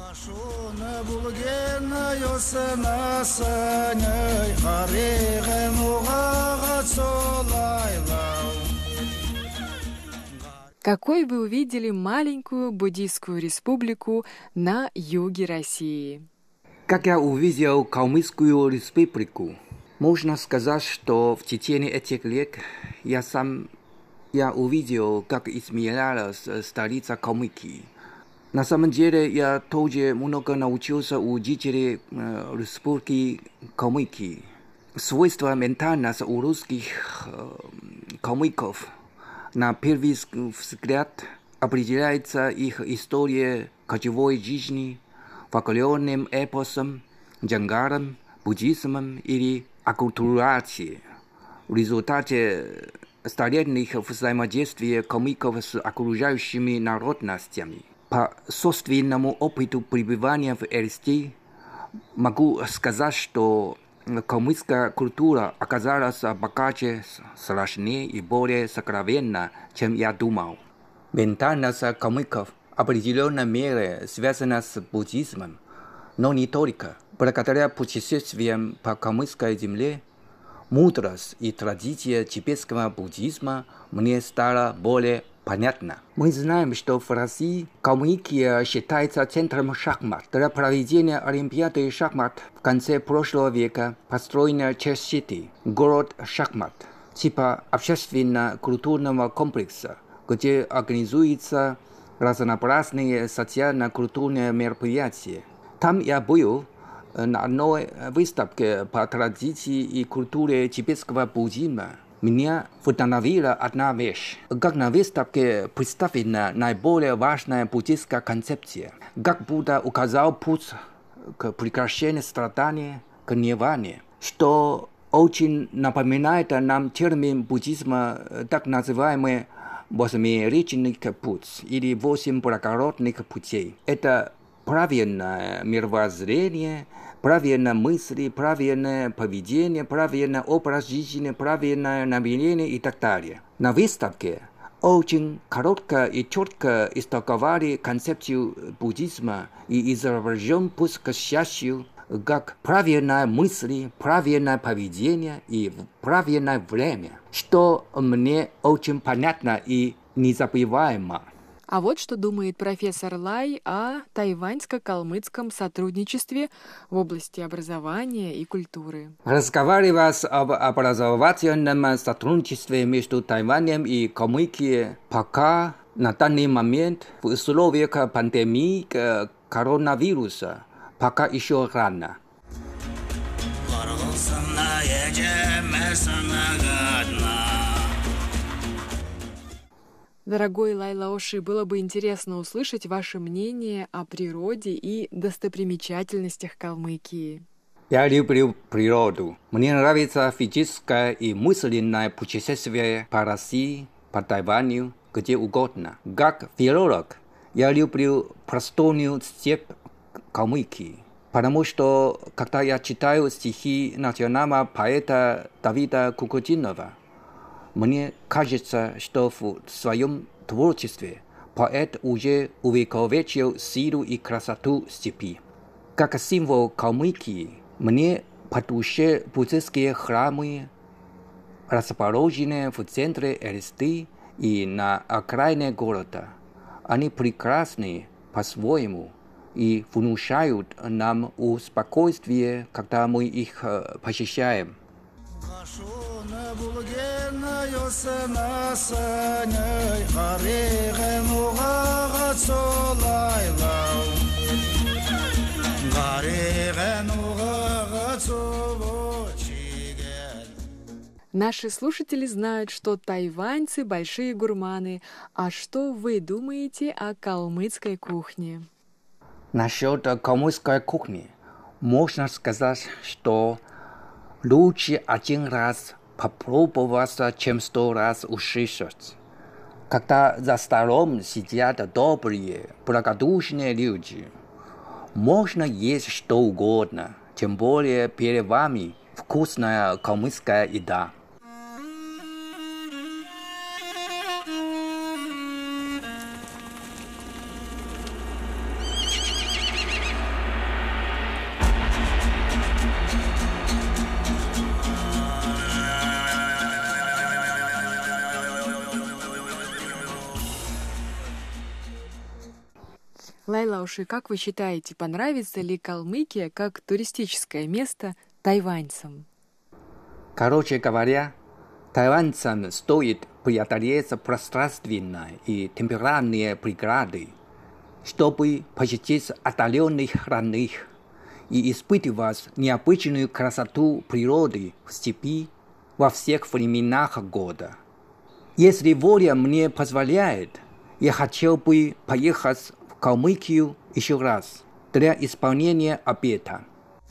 J: Какой вы увидели маленькую буддийскую республику на юге России?
K: Как я увидел Калмыцкую республику, можно сказать, что в течение этих лет я сам я увидел, как изменялась столица Калмыкии. На самом деле, я тоже много научился у жителей э, республики Калмыкии. Свойства ментальности у русских э, калмыков на первый взгляд определяется их история кочевой жизни, фольклорным эпосом, джангаром, буддизмом или аккультурацией. В результате столетних взаимодействия калмыков с окружающими народностями. По собственному опыту пребывания в Элисте могу сказать, что калмыцкая культура оказалась богаче, сложнее и более сокровенна, чем я думал. Ментальность калмыков в определенной мере связана с буддизмом, но не только. Благодаря путешествиям по калмыцкой земле, мудрость и традиция тибетского буддизма мне стала более понятна. Мы знаем, что в России Калмыкия считается центром шахмат. Для проведения Олимпиады шахмат в конце прошлого века построена Чест-Сити, город шахмат, типа общественно-культурного комплекса, где организуются разнообразные социально-культурные мероприятия. Там я был на одной выставке по традиции и культуре тибетского буддизма. меня вдохновила одна вещь. Как на выставке представлена наиболее важная буддийская концепция. Как Будда указал путь к прекращению страданий, к нирване, что очень напоминает нам термин буддизма, так называемый восьмеричный путь или восемь благородных путей. Это правильное мировоззрение, правильное мысли, правильное поведение, правильный образ жизни, правильное намерение и так далее. На выставке очень коротко и четко истолковали концепцию буддизма и изображен путь к счастью, как правильная мысль, правильное поведение и правильное время, что мне очень понятно и незабываемо.
J: А вот что думает профессор Лай о тайваньско-калмыцком сотрудничестве в области образования и культуры.
K: Разговаривать об образовательном сотрудничестве между Тайванем и Калмыкией пока на данный момент в условиях пандемии коронавируса пока еще рано.
J: Дорогой Лай Лаоши, было бы интересно услышать ваше мнение о природе и достопримечательностях Калмыкии.
K: Я люблю природу. Мне нравится физическое и мысленное путешествие по России, по Тайваню, где угодно. Как филолог, я люблю просторную степь Калмыкии, потому что, когда я читаю стихи национального поэта Давида Кукудинова, мне кажется, что в своем творчестве поэт уже увековечил силу и красоту степи. Как символ Калмыкии, мне по душе буддийские храмы, расположенные в центре Элисты и на окраине города. Они прекрасны по-своему и внушают нам спокойствие, когда мы их посещаем.
J: Наши слушатели знают, что тайваньцы – большие гурманы. А что вы думаете о калмыцкой кухне?
K: Насчет калмыцкой кухни можно сказать, что лучше один раз попробовать, чем сто раз услышать. Когда за столом сидят добрые, благодушные люди, можно есть что угодно, тем более перед вами вкусная калмыцкая еда.
J: Лай Лаоши, как вы считаете, понравится ли Калмыкия как туристическое место тайваньцам?
K: Короче говоря, тайваньцам стоит преодолеть пространственные и темпераментные преграды, чтобы посетить отдаленных родных и испытывать необычную красоту природы в степи во всех временах года. Если воля мне позволяет, я хотел бы поехать в Калмыкию еще раз для исполнения обета.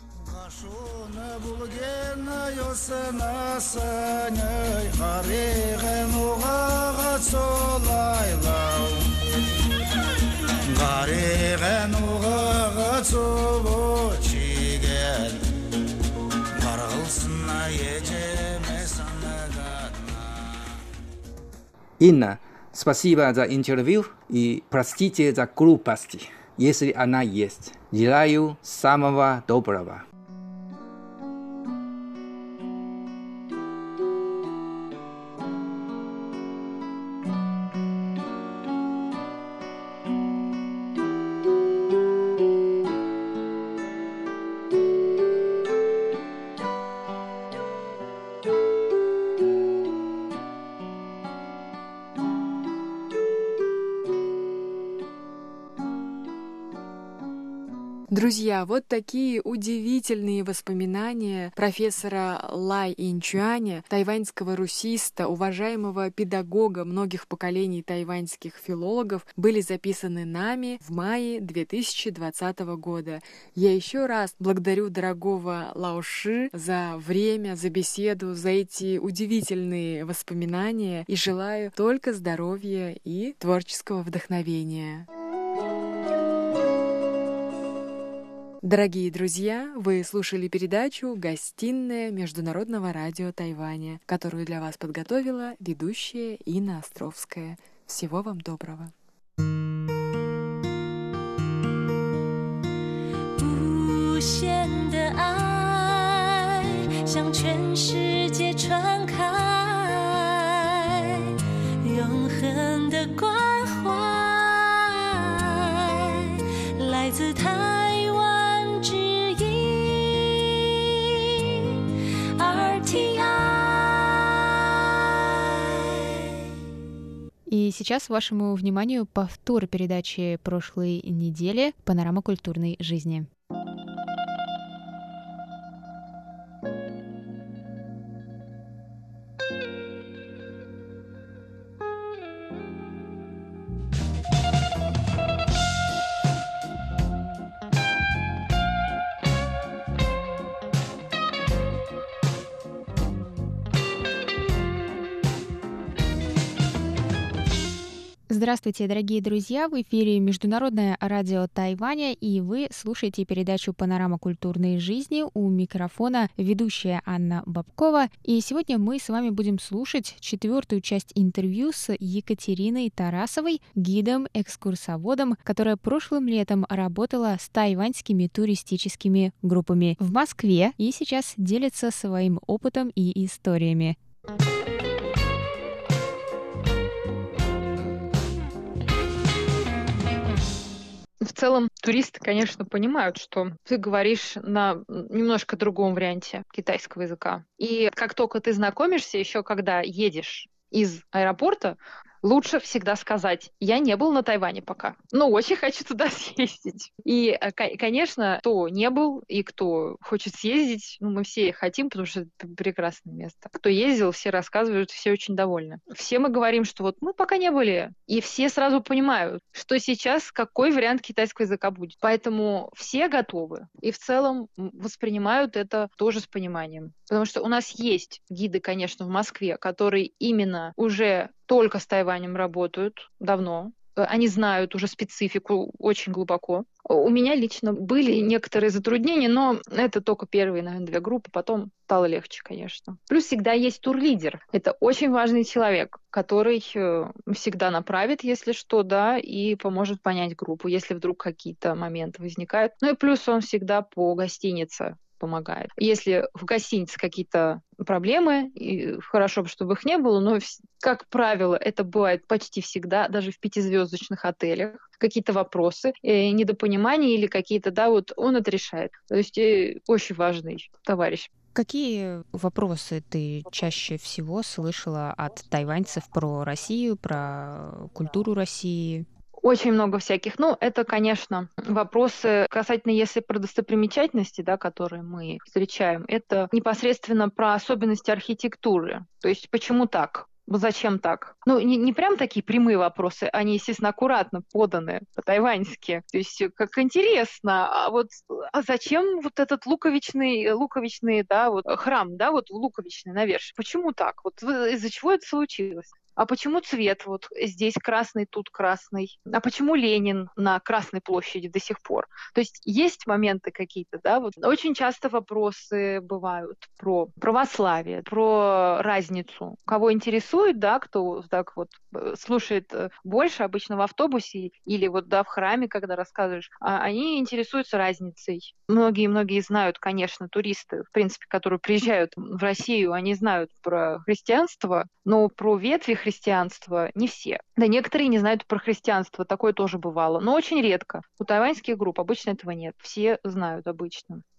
K: Инна, спасибо за интервью и простите за глупости, если она есть. Желаю самого доброго.
J: Друзья, вот такие удивительные воспоминания профессора Лай Инчуаня, тайваньского русиста, уважаемого педагога многих поколений тайваньских филологов, были записаны нами в мае две тысячи двадцатого года. Я еще раз благодарю дорогого Лаоши за время, за беседу, за эти удивительные воспоминания и желаю только здоровья и творческого вдохновения. Дорогие друзья, вы слушали передачу «Гостиная Международного радио Тайваня», которую для вас подготовила ведущая Инна Островская. Всего вам доброго.
L: 无限的爱向全世界传开，永恒的关怀来自台湾
D: И сейчас вашему вниманию повтор передачи прошлой недели «Панорама культурной жизни». Здравствуйте, дорогие друзья! В эфире Международное радио Тайваня, и вы слушаете передачу «Панорама культурной жизни». У микрофона ведущая Анна Бабкова. И сегодня мы с вами будем слушать четвертую часть интервью с Екатериной Тарасовой, гидом-экскурсоводом, которая прошлым летом работала с тайваньскими туристическими группами в Москве и сейчас делится своим опытом и историями.
M: В целом, туристы, конечно, понимают, что ты говоришь на немножко другом варианте китайского языка. И как только ты знакомишься, еще когда едешь из аэропорта, лучше всегда сказать: я не был на Тайване пока, но очень хочу туда съездить. И, конечно, кто не был и кто хочет съездить, ну, мы все хотим, потому что это прекрасное место. Кто ездил, все рассказывают, все очень довольны. Все мы говорим, что вот мы пока не были, и все сразу понимают, что сейчас какой вариант китайского языка будет. Поэтому все готовы и в целом воспринимают это тоже с пониманием. Потому что у нас есть гиды, конечно, в Москве, которые именно уже только с Тайванем работают давно. Они знают уже специфику очень глубоко. У меня лично были некоторые затруднения, но это только первые, наверное, две группы. Потом стало легче, конечно. Плюс всегда есть турлидер. Это очень важный человек, который всегда направит, если что, да, и поможет понять группу, если вдруг какие-то моменты возникают. Ну и плюс он всегда по гостинице помогает. Если в гостинице какие-то проблемы, и хорошо бы, чтобы их не было, но, как правило, это бывает почти всегда, даже в пятизвездочных отелях, какие-то вопросы, э, недопонимания или какие-то, да, вот он это решает. То есть э, очень важный товарищ.
D: Какие вопросы ты чаще всего слышала от тайваньцев про Россию, про культуру России?
M: Очень много всяких. Ну, это, конечно, вопросы касательно, если про достопримечательности, да, которые мы встречаем, это непосредственно про особенности архитектуры. То есть почему так? Зачем так? Ну, не, не прям такие прямые вопросы, они, естественно, аккуратно поданы по-тайваньски. То есть как интересно, а вот а зачем вот этот луковичный, луковичный, да, вот храм, да, вот луковичный навершие? Почему так? Вот из-за чего это случилось? А почему цвет вот здесь красный, тут красный? А почему Ленин на Красной площади до сих пор? То есть есть моменты какие-то, да, вот очень часто вопросы бывают про православие, про разницу. Кого интересует, да, кто так вот слушает больше обычно в автобусе или вот, да, в храме, когда рассказываешь, а они интересуются разницей. Многие-многие знают, конечно, туристы, в принципе, которые приезжают в Россию, они знают про христианство, но про ветви христианства не все. Да, некоторые не знают про христианство, такое тоже бывало, но очень редко. У тайваньских групп обычно этого нет, все знают обычно.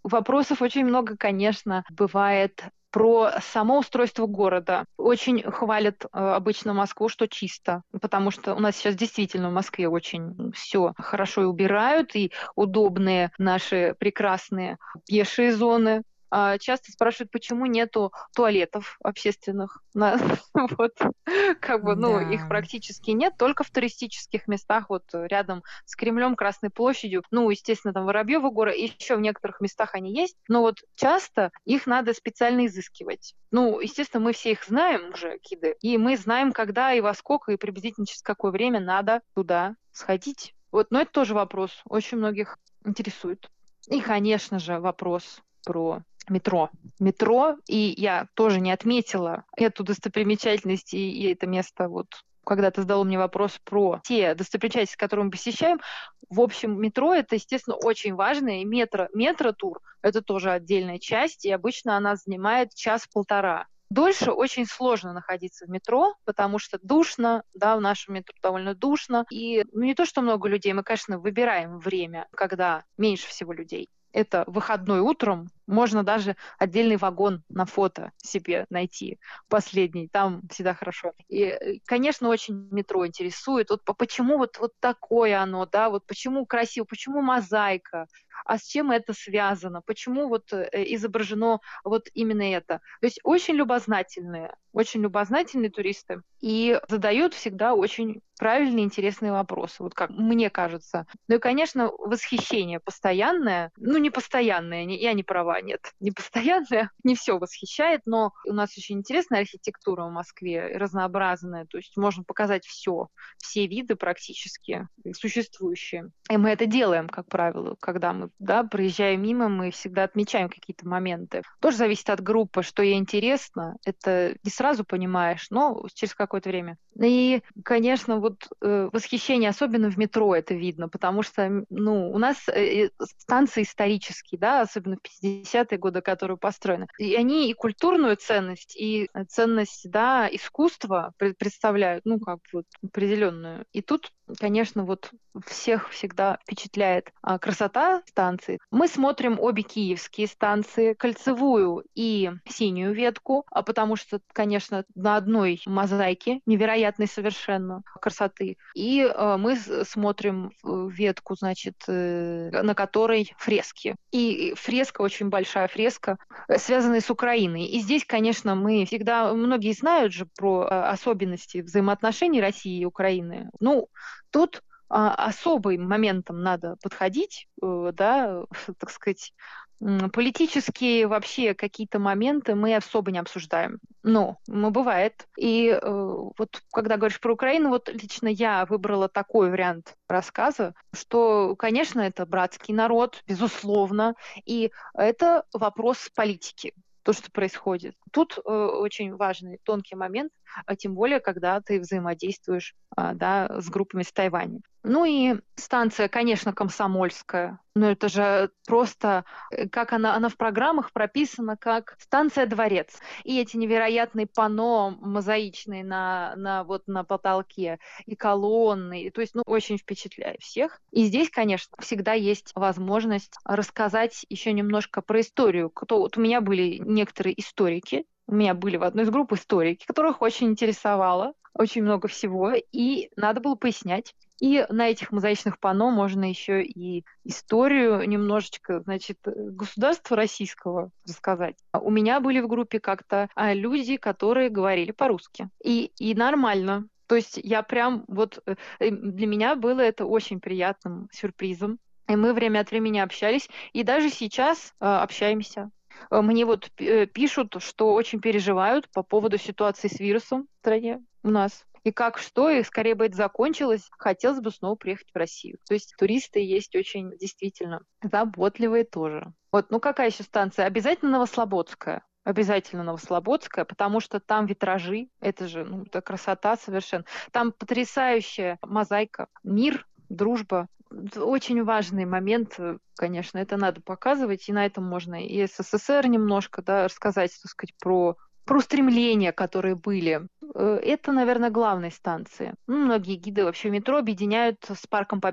M: вопросов очень много, конечно, бывает про само устройство города. Очень хвалят э, обычно Москву, что чисто, потому что у нас сейчас действительно в Москве очень все хорошо и убирают, и удобные наши прекрасные пешие зоны. А часто спрашивают, почему нету туалетов общественных. На- Вот, как бы, ну, их
D: Да.
M: практически нет, только в туристических местах, вот рядом с Кремлем, Красной площадью, ну, естественно, там Воробьёва гора, и еще в некоторых местах они есть, но вот часто их надо специально изыскивать. Ну, естественно, мы все их знаем уже, гиды, и мы знаем, когда и во сколько, и приблизительно через какое время надо туда сходить. Вот, но это тоже вопрос, очень многих интересует. И, конечно же, вопрос про метро. Метро, и я тоже не отметила эту достопримечательность и, и это место, вот когда ты задала мне вопрос про те достопримечательности, которые мы посещаем. В общем, метро — это, естественно, очень важно, и метро, метро-тур — это тоже отдельная часть, и обычно она занимает час-полтора. Дольше очень сложно находиться в метро, потому что душно, да, в нашем метро довольно душно. И ну, не то, что много людей, мы, конечно, выбираем время, когда меньше всего людей. Это выходной утром, можно даже отдельный вагон на фото себе найти, последний, там всегда хорошо. И, конечно, очень метро интересует, вот почему вот, вот такое оно, да, вот почему красиво, почему мозаика, а с чем это связано, почему вот изображено вот именно это. То есть очень любознательные, очень любознательные туристы и задают всегда очень правильные, интересные вопросы, вот как мне кажется. Ну и, конечно, восхищение постоянное, ну не постоянное, не, я не права, нет, не постоянное, не все восхищает, но у нас очень интересная архитектура в Москве, разнообразная, то есть можно показать все, все виды практически существующие. И мы это делаем, как правило, когда мы, да, проезжаем мимо, мы всегда отмечаем какие-то моменты. Тоже зависит от группы, что ей интересно, это не сразу понимаешь, но через какое-то время. И, конечно, вот э, восхищение, особенно в метро, это видно, потому что, ну, у нас э, станции исторические, да, особенно в пятидесятые годы, которые построены, и они и культурную ценность, и ценность, да, искусства представляют, ну, как бы вот определенную. И тут, конечно, вот всех всегда впечатляет а, красота станции. Мы смотрим обе киевские станции, кольцевую и синюю ветку, а потому что, конечно, на одной мозаике невероятной совершенно красоты. И э, мы смотрим ветку, значит, э, на которой фрески. И фреска, очень большая фреска, связанная с Украиной. И здесь, конечно, мы всегда, многие знают же про особенности взаимоотношений России и Украины. Ну, тут особым моментом надо подходить, да, так сказать, политические вообще какие-то моменты мы особо не обсуждаем. Но ну, бывает. И э, вот когда говоришь про Украину, вот лично я выбрала такой вариант рассказа, что, конечно, это братский народ, безусловно, и это вопрос политики. То, что происходит. Тут э, очень важный, тонкий момент, а тем более, когда ты взаимодействуешь а, да, с группами с Тайваня. Ну и станция, конечно, Комсомольская. Но это же просто, как она, она в программах прописана как станция-дворец. И эти невероятные панно мозаичные на, на, вот, на потолке, и колонны. То есть, ну, очень впечатляет всех. И здесь, конечно, всегда есть возможность рассказать еще немножко про историю. Кто, вот у меня были некоторые историки, у меня были в одной из групп историки, которых очень интересовало, очень много всего, и надо было пояснять. И на этих мозаичных панно можно еще и историю немножечко, значит, государства российского рассказать. У меня были в группе как-то люди, которые говорили по-русски. И, и нормально. То есть я прям вот... Для меня было это очень приятным сюрпризом. И мы время от времени общались. И даже сейчас э, общаемся. Мне вот пишут, что очень переживают по поводу ситуации с вирусом в стране у нас. И как что, и скорее бы это закончилось, хотелось бы снова приехать в Россию. То есть туристы есть очень действительно заботливые тоже. Вот, ну какая еще станция? Обязательно Новослободская. Обязательно Новослободская, потому что там витражи, это же ну, это красота совершенно. Там потрясающая мозаика, мир, дружба. Очень важный момент, конечно, это надо показывать, и на этом можно и СССР немножко да, рассказать, так сказать, про, про устремления, которые были. Это, наверное, главные станции. Ну, многие гиды вообще метро объединяют с Парком Победы.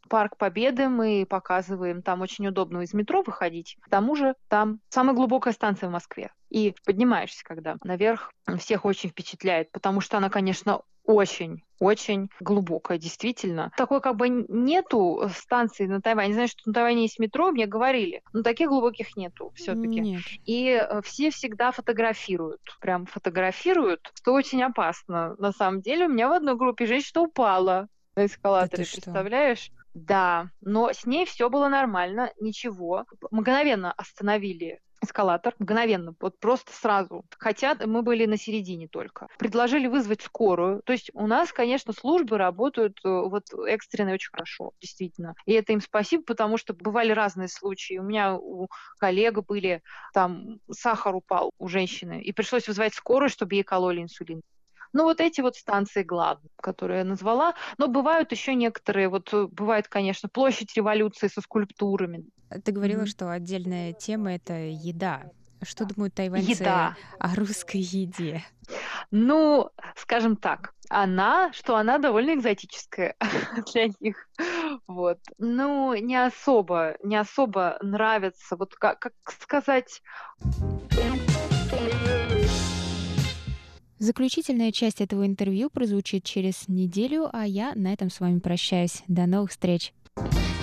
M: Парк Победы мы показываем, там очень удобно из метро выходить. К тому же там самая глубокая станция в Москве. И поднимаешься, когда наверх, всех очень впечатляет, потому что она, конечно, очень, очень глубокая, действительно. Такой как бы нету станции на Тайване. Знаю, что на Тайване есть метро, мне говорили, но таких глубоких нету все-таки.
D: Нет.
M: И все всегда фотографируют, прям фотографируют, что очень опасно. На самом деле у меня в одной группе женщина упала на эскалаторе,
D: да
M: представляешь? Да, но с ней все было нормально, ничего. Мгновенно остановили эскалатор, мгновенно, вот просто сразу. Хотя мы были на середине только. Предложили вызвать скорую. То есть у нас, конечно, службы работают вот экстренно очень хорошо, действительно. И это им спасибо, потому что бывали разные случаи. У меня у коллег были, там сахар упал у женщины, и пришлось вызвать скорую, чтобы ей кололи инсулин. Ну, вот эти вот станции главные, которые я назвала. Но бывают еще некоторые. Вот бывает, конечно, площадь революции со скульптурами.
D: Ты говорила,
M: Mm-hmm.
D: что отдельная тема — это еда. Что думают тайваньцы
M: еда.
D: О русской еде?
M: Ну, скажем так, она, что она довольно экзотическая для них. Вот. Ну, не особо, не особо нравится. Вот как, как сказать...
D: Заключительная часть этого интервью прозвучит через неделю, а я на этом с вами прощаюсь. До новых встреч!